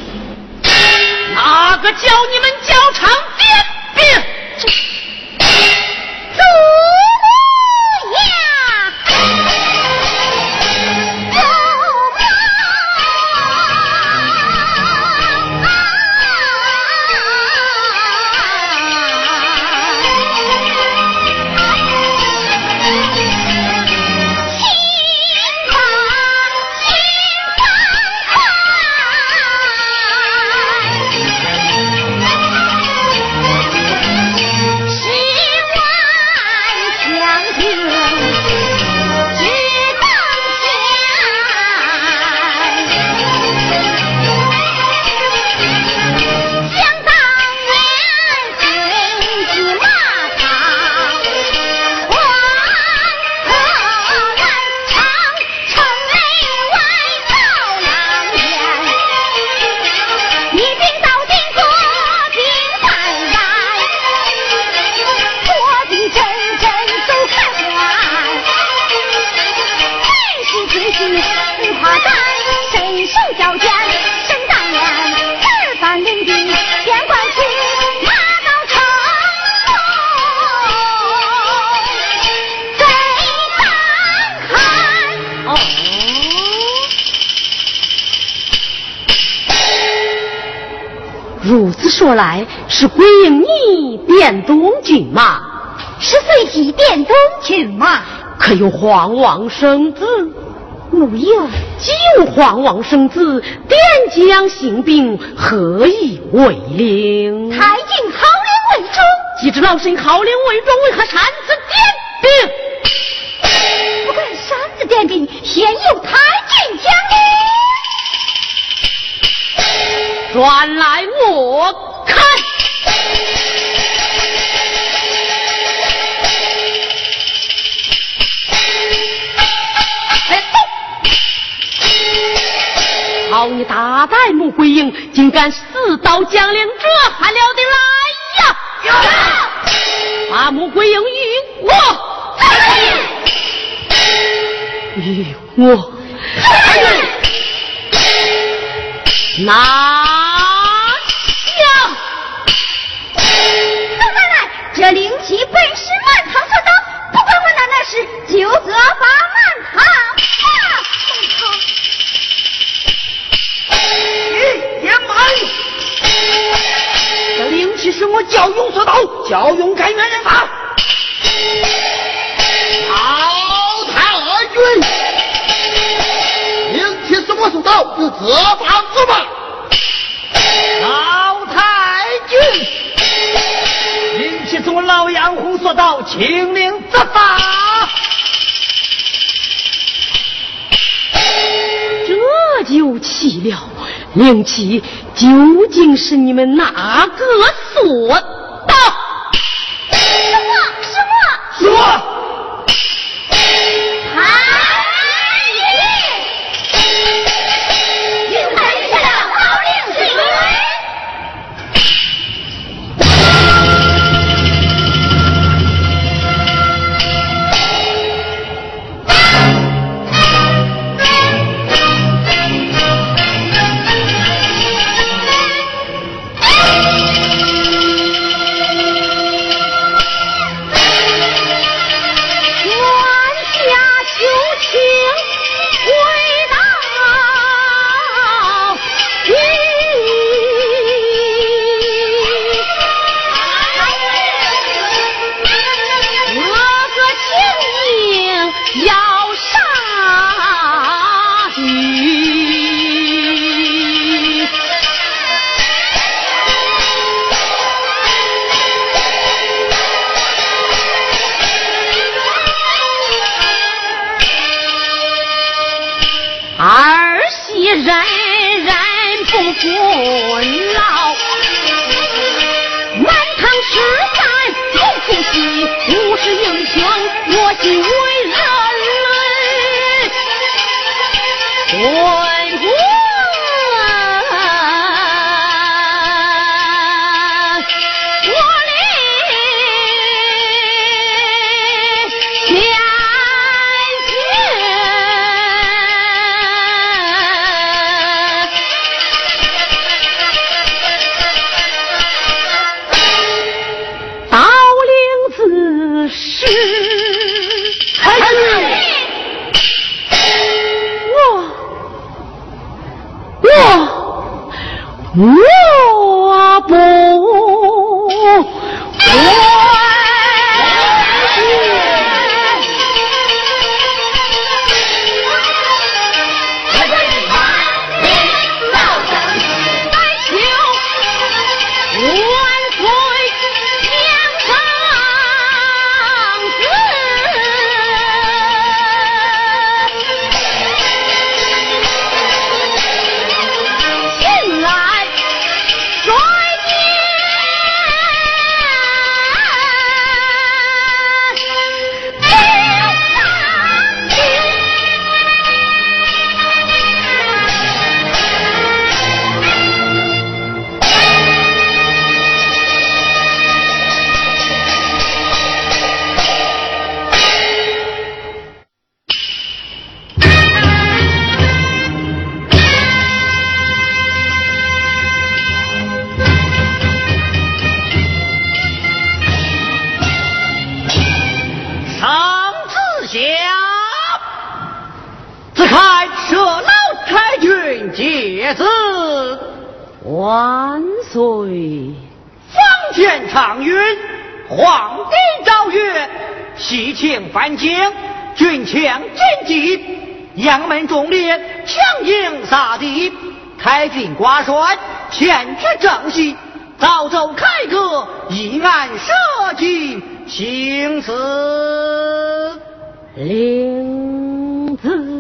哪个教你们教唱点兵？
祖母呀！
如此说来，是归应你点东军马，
是随即点东军马，
可有皇王圣旨？
无有。
既有皇王圣旨，点将兴兵，何以为令？
太君号令为主。
既知老身号令为重，为何擅自点兵？
不管擅自点兵，先由太君将令。
转来我看。好你大胆穆桂英，竟敢死刀将领，这还了得来呀！把穆桂英与我，与我，拿下！
老奶奶，这灵旗本是满堂所到，不管我哪事，就责罚满堂。
这灵旗是我教勇所到，教勇甘愿人罚。
好，太君，灵旗是我所到，就责罚之吧。
好，太君，灵旗是我老杨虎所到，请令执法。
这就奇了，灵旗究竟是你们哪个所到？
是我。
我不
万岁。
岁。
坊间常云，皇帝诏曰：西庆藩京，军强阵急，杨门忠烈强硬杀敌，开军挂帅，前去征西，早奏开革，一案社稷，行死
领子。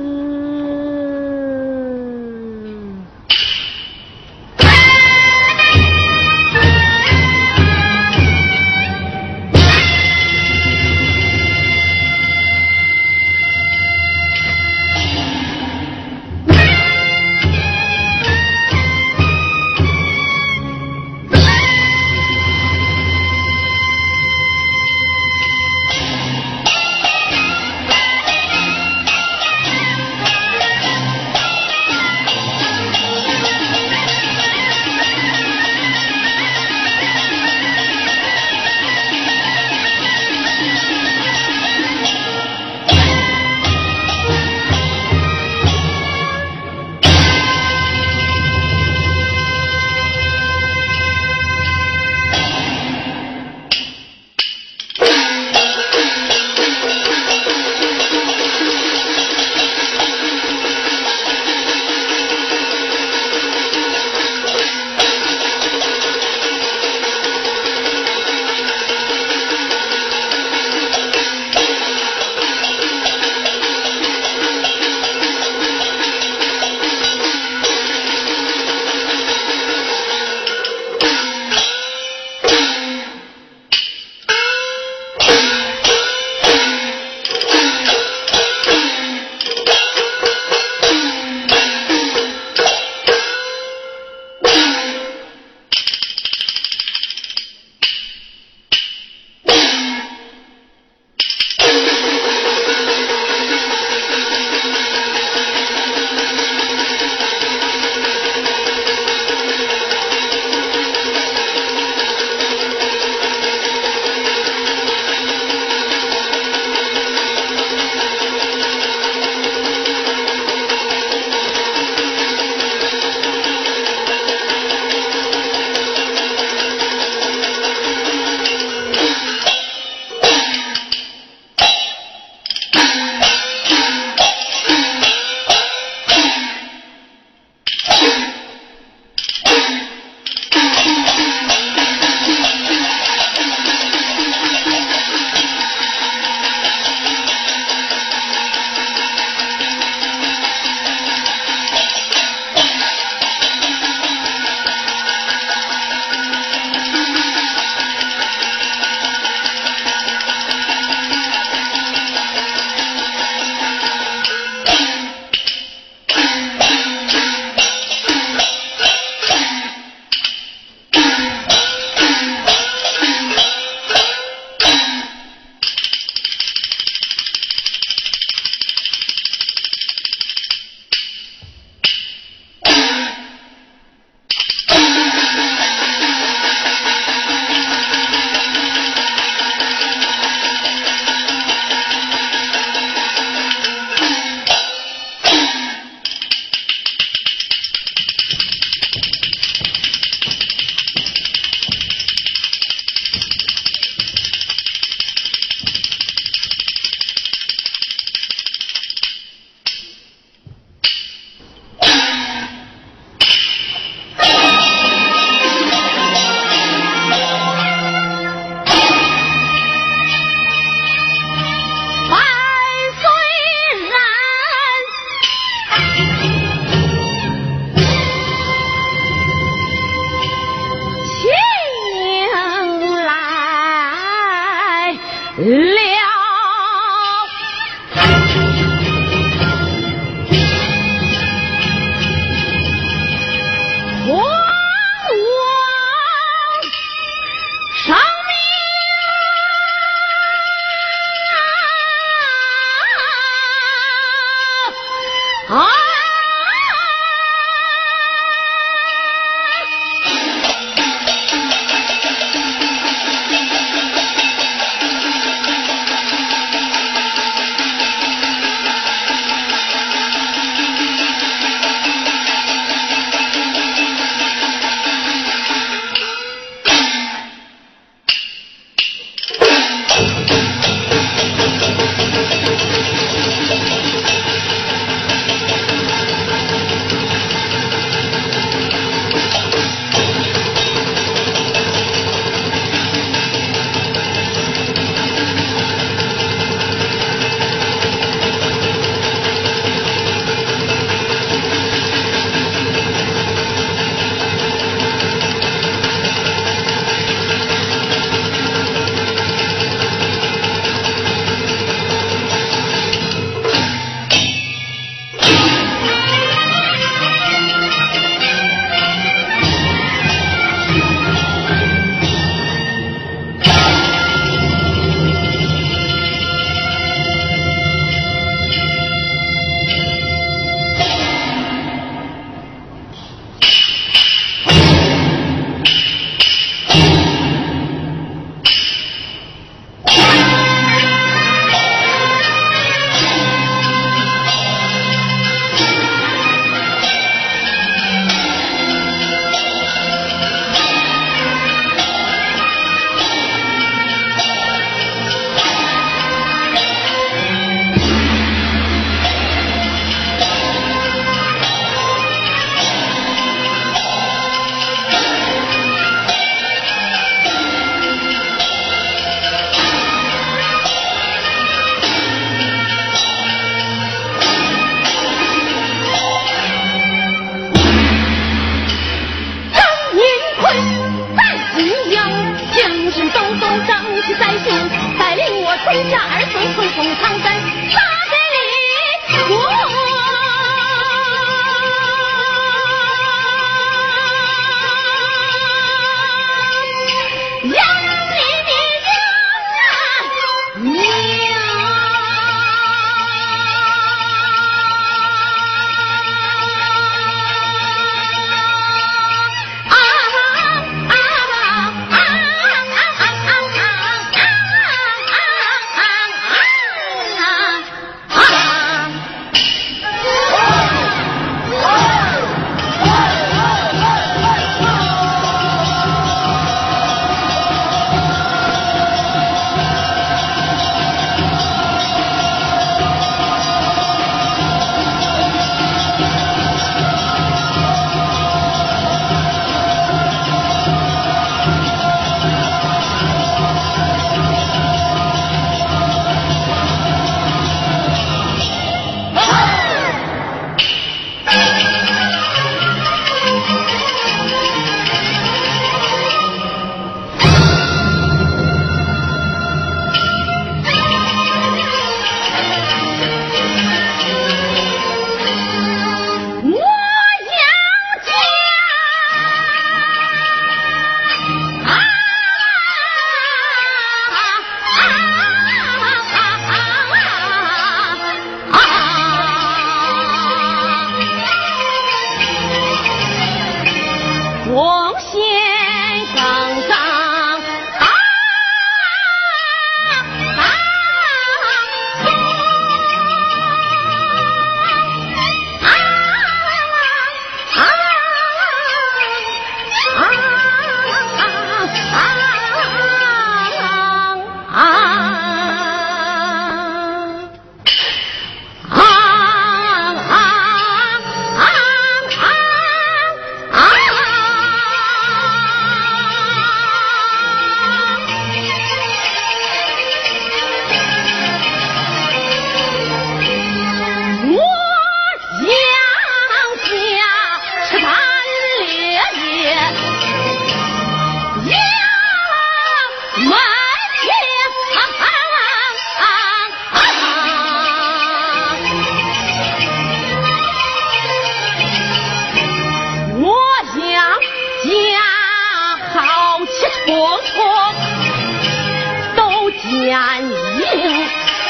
迎。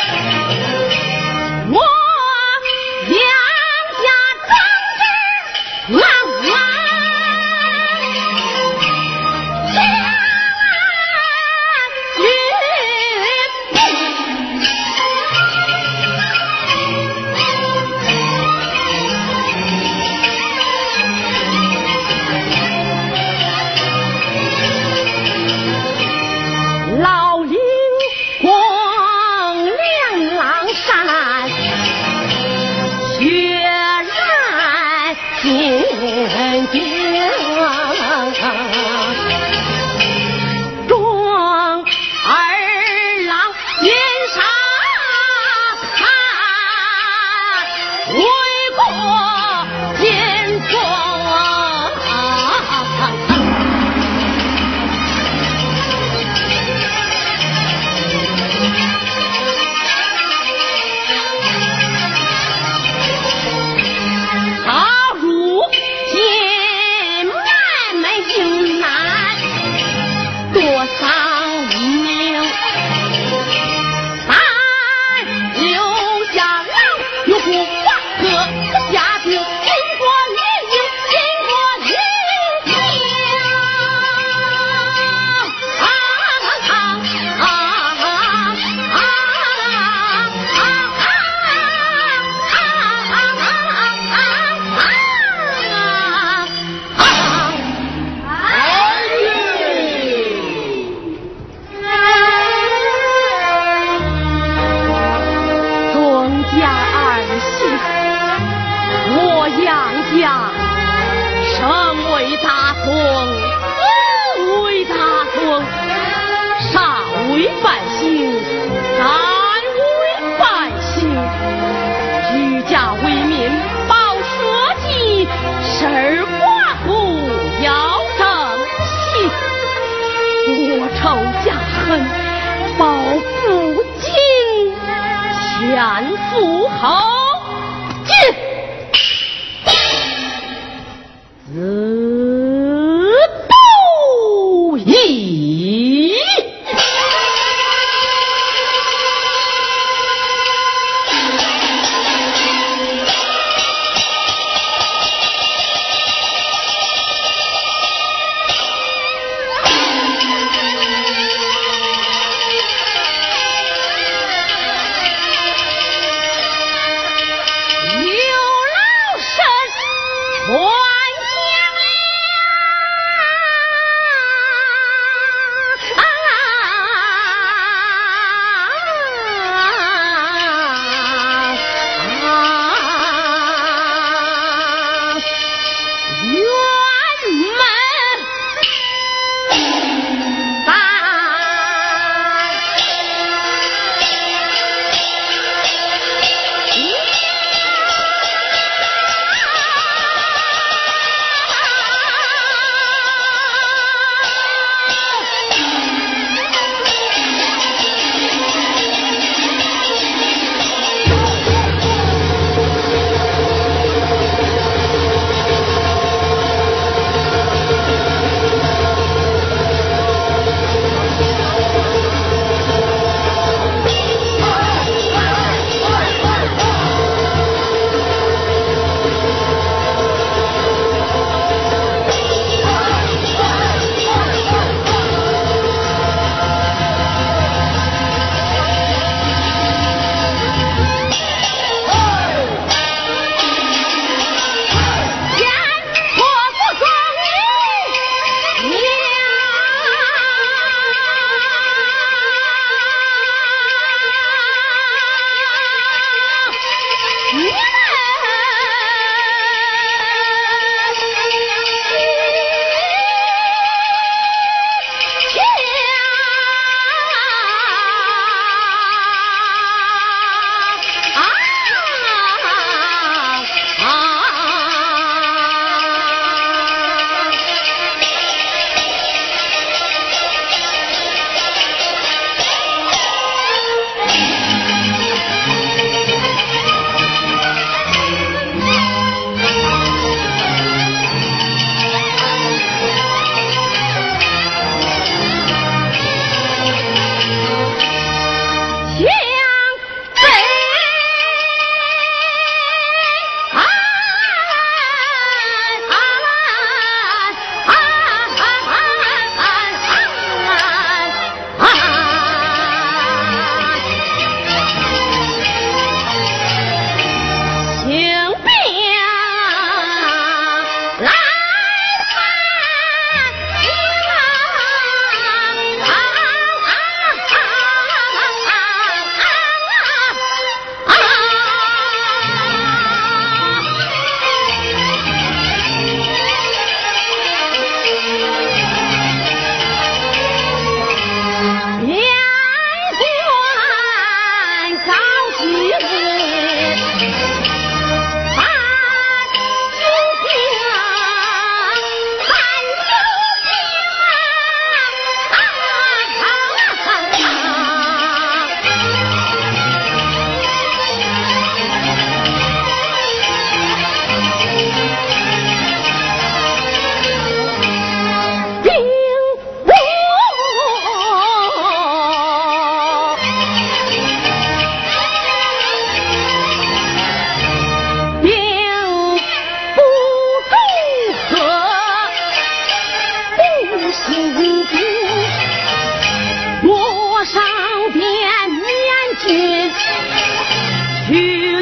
我梁家长子郎老林光亮朗山，雪染金江，壮二郎面上为国建功。好如今满门迎难，多丧命，但留下老有不华和家庭，经过联营，经过联营。庄家儿媳妇，我杨家身为大宗，子为大宗，上为百姓，战为百姓，居家为民，报社稷，事儿寡妇要争气。我仇家恨，报不尽，前赴后继，子不义。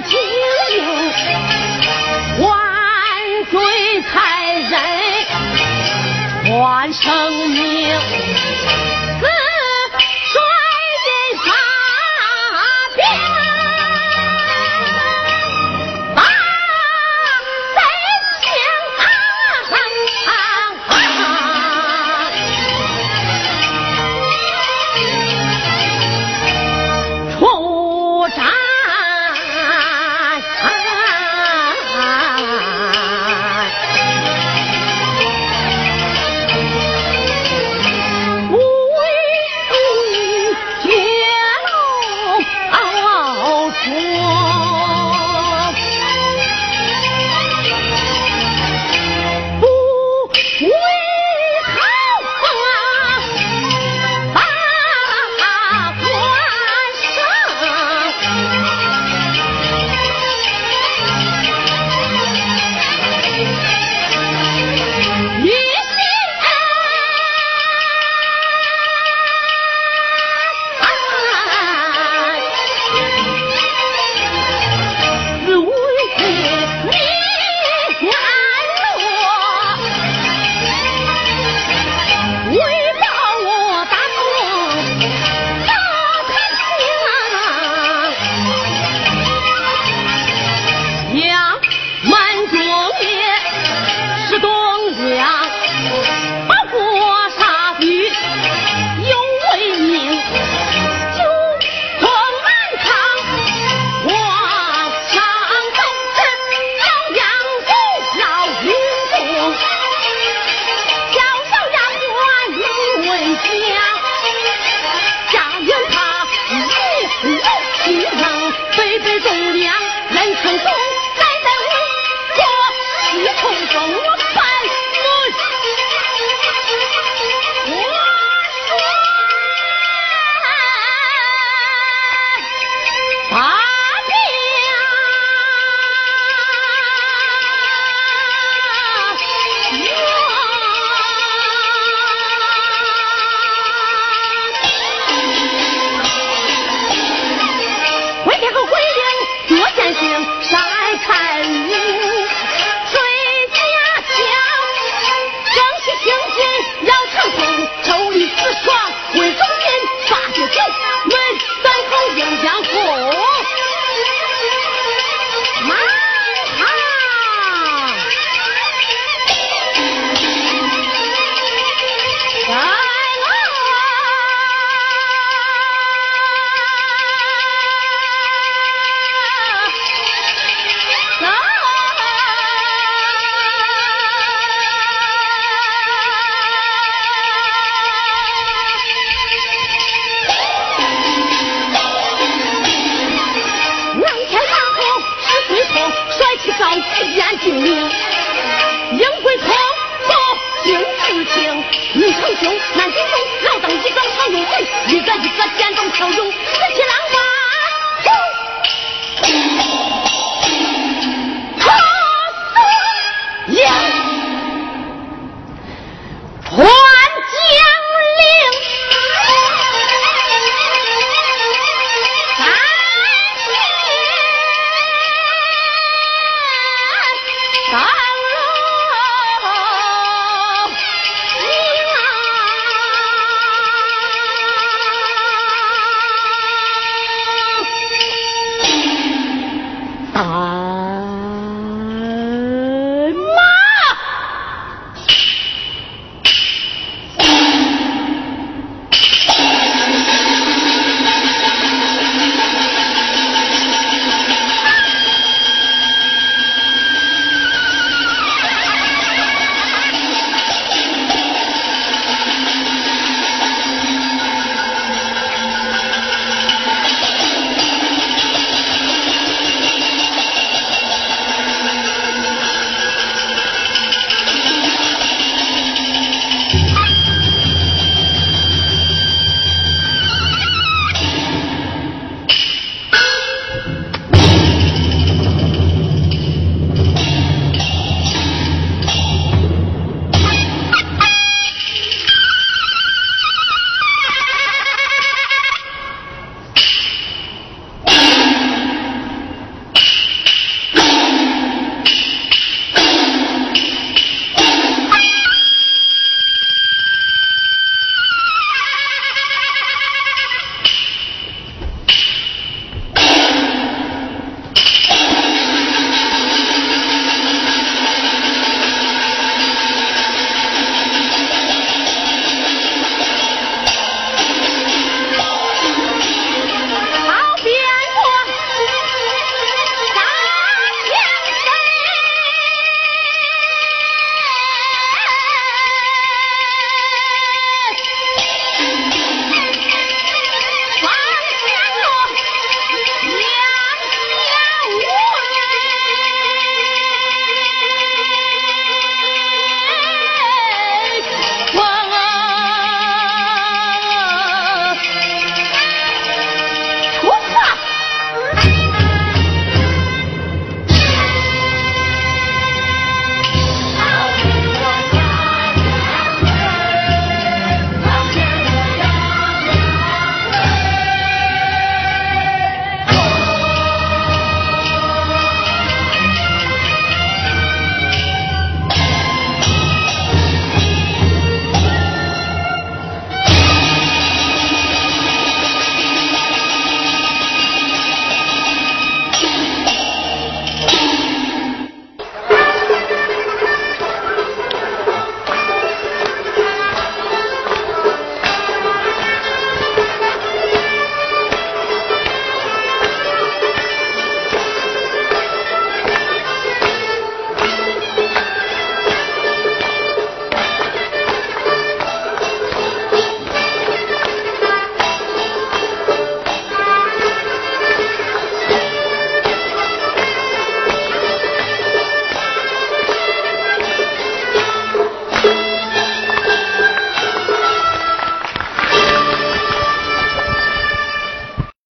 情应，万岁才人换生命。一个一个见中飘涌，死气浪花。